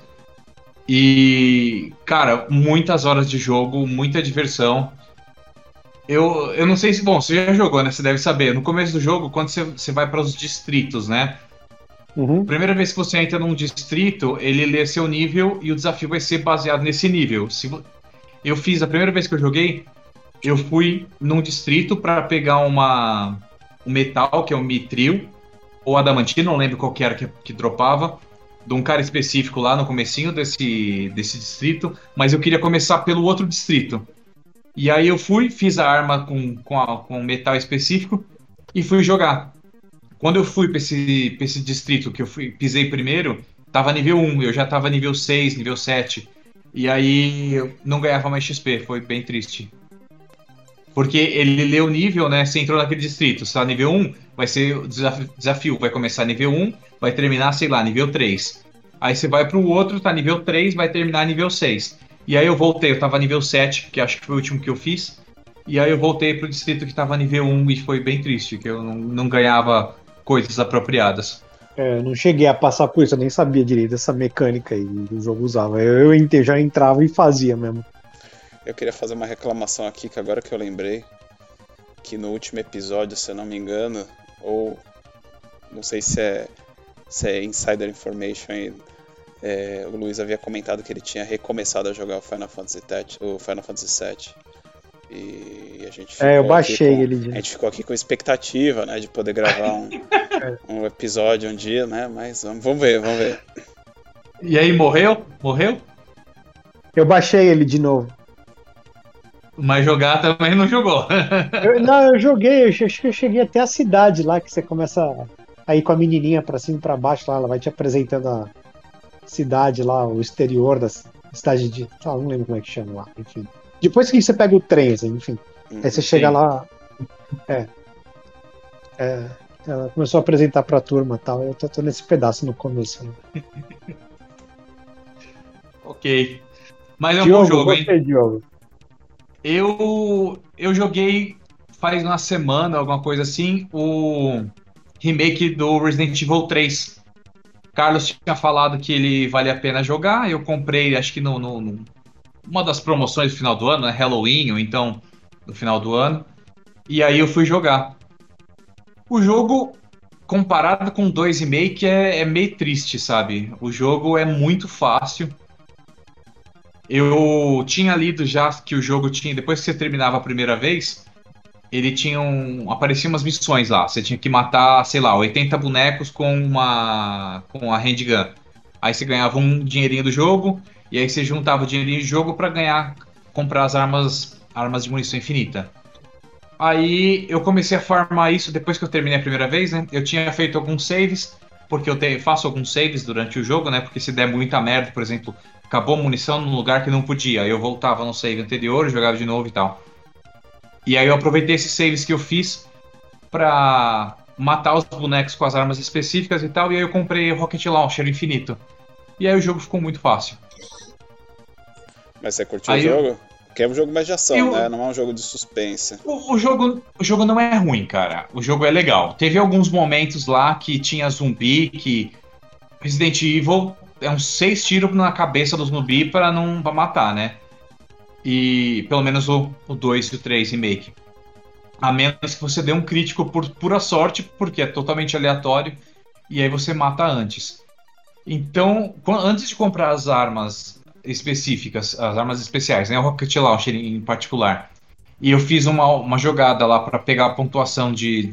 E, cara, muitas horas de jogo, muita diversão. Eu não sei se... Bom, você já jogou, né? Você deve saber. No começo do jogo, quando você vai para os distritos, né? Uhum. Primeira vez que você entra num distrito, ele lê seu nível e o desafio vai ser baseado nesse nível. Eu fiz, a primeira vez que eu joguei, eu fui num distrito para pegar um metal, que é um mitril, ou adamantino, não lembro qual que era que dropava, de um cara específico lá no comecinho desse distrito, mas eu queria começar pelo outro distrito. E aí eu fiz a arma com metal específico e fui jogar. Quando eu fui pra esse distrito que eu pisei primeiro, tava nível 1, eu já tava nível 6, nível 7. E aí eu não ganhava mais XP, foi bem triste. Porque ele lê o nível, né? Você entrou naquele distrito, você tá nível 1, vai ser o desafio, vai começar nível 1, vai terminar, sei lá, nível 3. Aí você vai pro outro, tá nível 3, vai terminar nível 6. E aí eu voltei, eu tava nível 7, que acho que foi o último que eu fiz. E aí eu voltei pro distrito que tava nível 1 e foi bem triste, que eu não ganhava coisas apropriadas. Eu não cheguei a passar por isso, eu nem sabia direito dessa mecânica aí que o jogo usava. Eu já entrava e fazia mesmo. Eu queria fazer uma reclamação aqui, que agora que eu lembrei, que no último episódio, se eu não me engano, ou não sei se é insider information aí, o Luiz havia comentado que ele tinha recomeçado a jogar o Final Fantasy VII. E a gente ficou eu baixei ele. A gente ficou aqui com expectativa, né, de poder gravar um episódio um dia, né, mas vamos ver. E aí, morreu? Morreu? Eu baixei ele de novo. Mas jogar também não jogou. Eu joguei, acho que eu cheguei até a cidade lá, que você começa a ir com a menininha pra cima e pra baixo lá, ela vai te apresentando a cidade lá, o exterior da cidade de... não lembro como é que chama lá, enfim. Depois que você pega o trem, assim, enfim. Aí você chega lá... ela começou a apresentar pra turma e tal, eu tô nesse pedaço no começo. Né? Ok. Mas é um Diogo, bom jogo, hein? você, Diogo. Eu joguei faz uma semana, alguma coisa assim, o remake do Resident Evil 3. Carlos tinha falado que ele vale a pena jogar, eu comprei, acho que uma das promoções do final do ano, né, Halloween, ou então no final do ano, e aí eu fui jogar. O jogo, comparado com o 2 Remake, é meio triste, sabe? O jogo é muito fácil. Eu tinha lido já que o jogo tinha, depois que você terminava a primeira vez, ele tinha apareciam umas missões lá. Você tinha que matar, sei lá, 80 bonecos com a handgun. Aí você ganhava um dinheirinho do jogo, e aí você juntava o dinheirinho do jogo pra comprar as armas de munição infinita. Aí eu comecei a farmar isso depois que eu terminei a primeira vez, né? Eu tinha feito alguns saves, porque eu faço alguns saves durante o jogo, né? Porque se der muita merda, por exemplo, acabou a munição num lugar que não podia, aí eu voltava no save anterior, jogava de novo e tal. E aí eu aproveitei esses saves que eu fiz pra matar os bonecos com as armas específicas e tal, e aí eu comprei o Rocket Launcher infinito. E aí o jogo ficou muito fácil. Mas você curtiu o jogo? Porque é um jogo mais de ação, né? Não é um jogo de suspense. O jogo não é ruim, cara. O jogo é legal. Teve alguns momentos lá que tinha zumbi, que Resident Evil é uns 6 tiros na cabeça dos zumbi pra matar, né? E pelo menos o 2 e o 3 remake. A menos que você dê um crítico por pura sorte, porque é totalmente aleatório, e aí você mata antes. Então, antes de comprar as armas específicas, as armas especiais, né, o Rocket Launcher em particular, e eu fiz uma jogada lá para pegar a pontuação de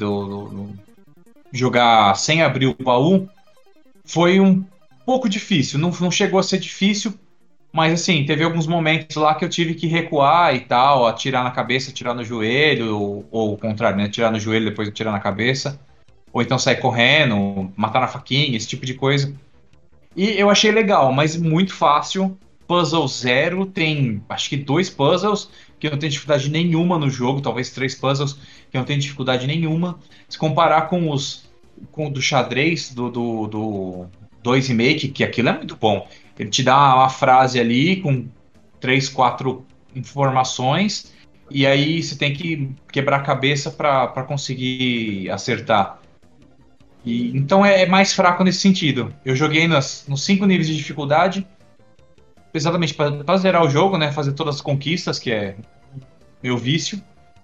jogar sem abrir o baú, foi um pouco difícil, não chegou a ser difícil, mas assim, teve alguns momentos lá que eu tive que recuar e tal, atirar na cabeça, atirar no joelho, ou o contrário, né, atirar no joelho depois atirar na cabeça, ou então sair correndo, matar na faquinha, esse tipo de coisa. E eu achei legal, mas muito fácil. Puzzle zero, tem acho que 2 puzzles que não tem dificuldade nenhuma no jogo, talvez 3 puzzles que não tem dificuldade nenhuma. Se comparar com o do xadrez do 2 Remake, que aquilo é muito bom. Ele te dá uma frase ali com 3, 4 informações e aí você tem que quebrar a cabeça para conseguir acertar. Então é mais fraco nesse sentido. Eu joguei nos 5 níveis de dificuldade, exatamente para zerar o jogo, né? Fazer todas as conquistas, que é meu vício.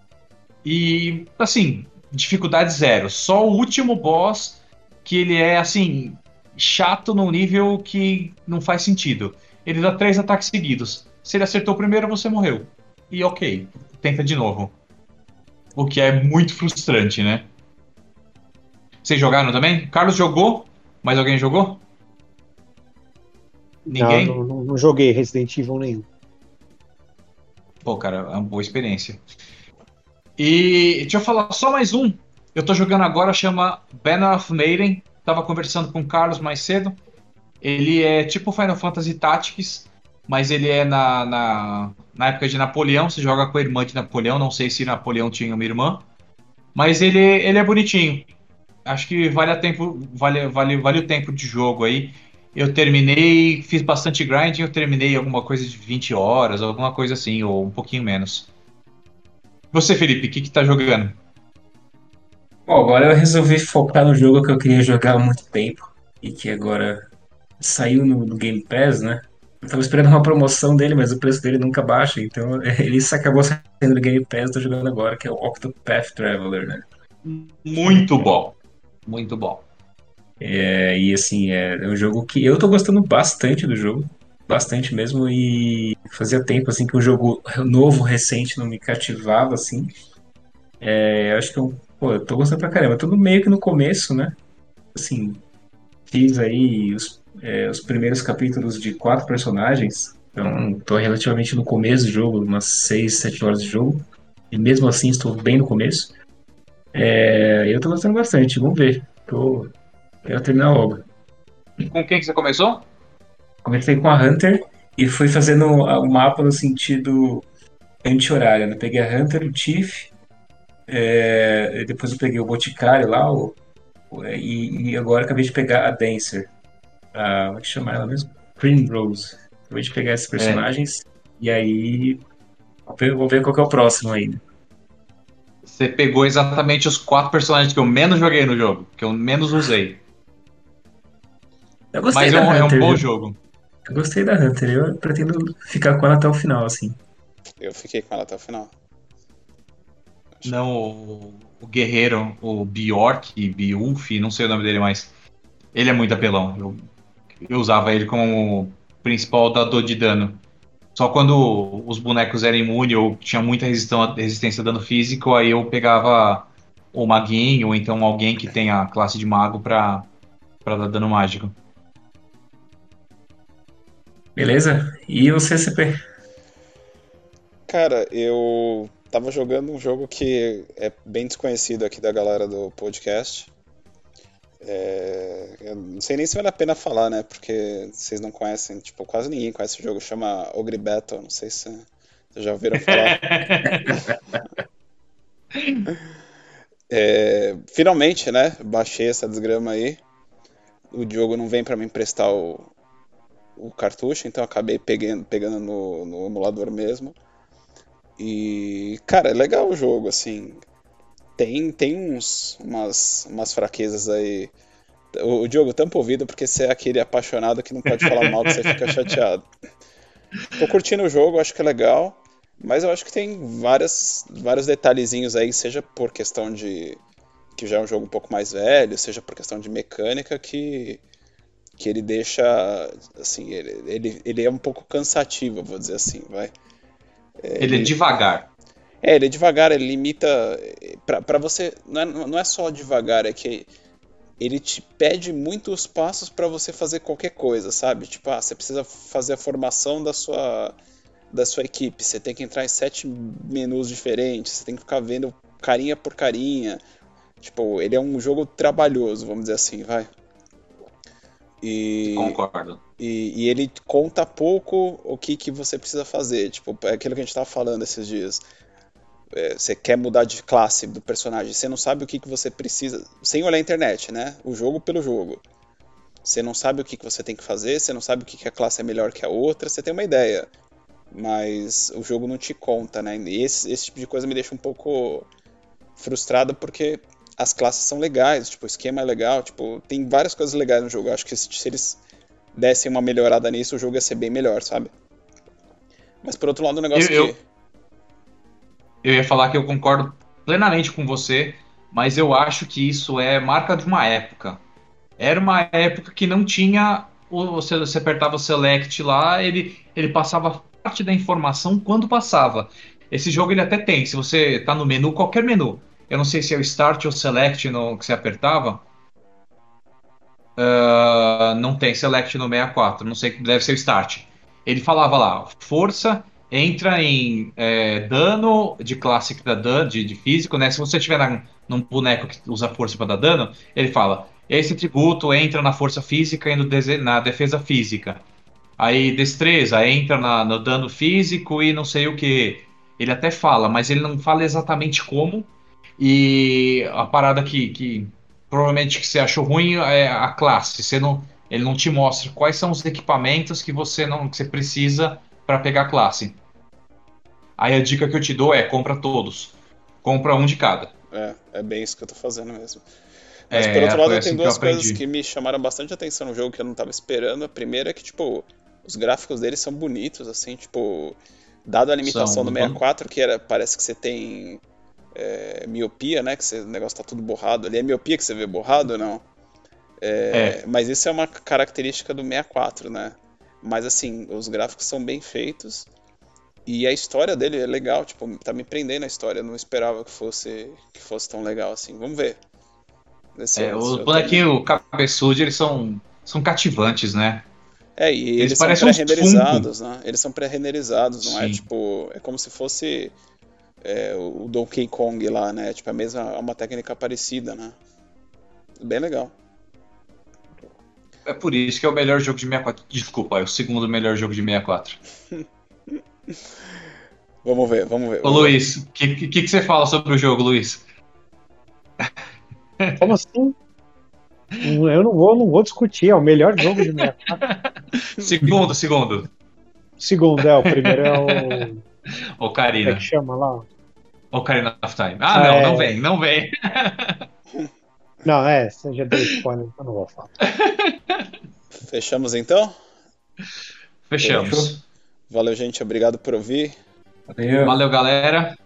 E, assim, dificuldade zero. Só o último boss, que ele é, assim, chato num nível que não faz sentido. Ele dá 3 ataques seguidos. Se ele acertou o primeiro, você morreu. E ok, tenta de novo. O que é muito frustrante, né? Vocês jogaram também? Carlos jogou? Mais alguém jogou? Ninguém? Não joguei Resident Evil nenhum. Pô, cara, é uma boa experiência. E deixa eu falar só mais um. Eu tô jogando agora, chama Banner of Maiden. Tava conversando com o Carlos mais cedo. Ele é tipo Final Fantasy Tactics, mas ele é na época de Napoleão. Você joga com a irmã de Napoleão. Não sei se Napoleão tinha uma irmã. Mas ele é bonitinho. acho que vale o tempo de jogo aí. Eu terminei, fiz bastante grinding, eu terminei alguma coisa de 20 horas, alguma coisa assim, ou um pouquinho menos. Você, Felipe, o que tá jogando? Bom, agora eu resolvi focar no jogo que eu queria jogar há muito tempo e que agora saiu no Game Pass, né? Eu tava esperando uma promoção dele, mas o preço dele nunca baixa, então ele acabou saindo no Game Pass, tô jogando agora, que é o Octopath Traveler, né? Muito bom. Muito bom. E assim, é um jogo que eu tô gostando bastante do jogo, bastante mesmo, e fazia tempo assim que um jogo novo, recente, não me cativava, assim. Eu acho que eu tô gostando pra caramba. Tô meio que no começo, né? Assim, fiz aí os primeiros capítulos de 4 personagens. Então, tô relativamente no começo do jogo, umas 6, 7 horas de jogo. E mesmo assim, estou bem no começo. Eu tô gostando bastante, vamos ver. Quero terminar logo. Com quem que você começou? Comecei com a Hunter e fui fazendo o mapa no sentido anti-horário, né? Peguei a Hunter, o Chief, e depois eu peguei o Boticário lá, e agora acabei de pegar a Dancer. Como é que chama ela mesmo? Primrose. Acabei de pegar esses É, personagens e aí vou ver qual que é o próximo ainda. você pegou exatamente os 4 personagens que eu menos joguei no jogo, que eu menos usei. Eu gostei Mas da é um Hunter, bom viu? jogo. Eu gostei da Hunter. Eu pretendo ficar com ela até o final, assim. Eu fiquei com ela até o final. Não, o guerreiro, o Bjork, Beowulf, não sei o nome dele mais. Ele é muito apelão. Eu usava ele como principal dador de dano. Só quando os bonecos eram imunes ou tinha muita resistência a dano físico, aí eu pegava o maguinho ou então alguém que tenha a classe de mago pra dar dano mágico. Beleza? E o CCP? Cara, eu tava jogando um jogo que é bem desconhecido aqui da galera do podcast. Eu não sei nem se vale a pena falar, né? Porque vocês não conhecem, tipo, quase ninguém conhece o jogo. Chama Ogre Battle, não sei se vocês já ouviram falar. Finalmente, né? Baixei essa desgrama aí. O Diogo não vem pra me emprestar o cartucho, então eu acabei pegando no emulador mesmo. E, cara, é legal o jogo, assim. Tem umas fraquezas aí. O Diogo, tampa o ouvido porque você é aquele apaixonado que não pode falar mal que você fica chateado. Tô curtindo o jogo, acho que é legal, mas eu acho que tem vários detalhezinhos aí, seja por questão de que já é um jogo um pouco mais velho, seja por questão de mecânica, que ele deixa, assim, ele é um pouco cansativo, eu vou dizer assim, vai. Ele é Ele, devagar. ele é devagar, ele limita, pra você, não é só devagar, é que ele te pede muitos passos para você fazer qualquer coisa, sabe? Tipo, você precisa fazer a formação da sua equipe, você tem que entrar em 7 menus diferentes, você tem que ficar vendo carinha por carinha. Tipo, ele é um jogo trabalhoso, vamos dizer assim, vai. E, Concordo. e ele conta pouco o que você precisa fazer. Tipo, é aquilo que a gente tava falando esses dias. Você quer mudar de classe do personagem, você não sabe o que você precisa, sem olhar a internet, né? O jogo pelo jogo. Você não sabe o que você tem que fazer, você não sabe o que a classe é melhor que a outra, você tem uma ideia, mas o jogo não te conta, né? E esse tipo de coisa me deixa um pouco frustrado porque as classes são legais, tipo, o esquema é legal, tipo, tem várias coisas legais no jogo. Eu acho que se eles dessem uma melhorada nisso, o jogo ia ser bem melhor, sabe? Mas por outro lado, o Eu, negócio que. eu, eu ia falar que eu concordo plenamente com você, mas eu acho que isso é marca de uma época. Era uma época que não tinha. Você apertava o select lá, ele passava parte da informação quando passava. Esse jogo ele até tem, se você tá no menu, qualquer menu. Eu não sei se é o Start ou Select no, que você apertava. Não tem Select no 64, não sei, deve ser o Start. Ele falava lá, força entra em dano de classe que dá dano, de físico, né? Se você tiver num boneco que usa força para dar dano, ele fala, esse atributo entra na força física e na defesa física. Aí destreza entra no dano físico e não sei o que. Ele até fala, mas ele não fala exatamente como. E a parada que provavelmente que você achou ruim é a classe. Ele não te mostra quais são os equipamentos que que você precisa para pegar a classe. Aí a dica que eu te dou é compra todos. Compra um de cada. É bem isso que eu tô fazendo mesmo. Mas por outro Foi lado, tem assim que eu duas coisas aprendi. que me chamaram bastante atenção no jogo que eu não tava esperando. A primeira é que, tipo, os gráficos deles são bonitos, assim, tipo, dado a limitação do São. 64, que parece que você tem miopia, né? Que o negócio tá tudo borrado. Ali é miopia que você vê borrado ou não? É, Mas isso é uma característica do 64, né? Mas assim, os gráficos são bem feitos e a história dele é legal, tipo, tá me prendendo a história. Eu não esperava que fosse tão legal assim. Vamos ver. Se os eu termino. bonequinhos cabeçudos, são cativantes, né? E Eles eles são parecem uns Funko. pré-renderizados, né? Eles são pré-renderizados, não é Sim. tipo. É como se fosse o Donkey Kong lá, né? Tipo, é uma técnica parecida, né? Bem legal. É por isso que é o melhor jogo de 64. Desculpa, é o segundo melhor jogo de 64. Vamos ver, vamos ver. Ô Luiz, o que você fala sobre o jogo, Luiz? Como assim? Eu não vou discutir, é o melhor jogo de 64. Segundo. Segundo, o primeiro é o. Como é que Ocarina. chama lá? Ocarina of Time. Ah, Ah, não, é. não vem. Não, você já deu spoiler, então não vou falar. Fechamos então? Fechou. Fechamos. Valeu, gente. Obrigado por ouvir. Valeu. Valeu, galera.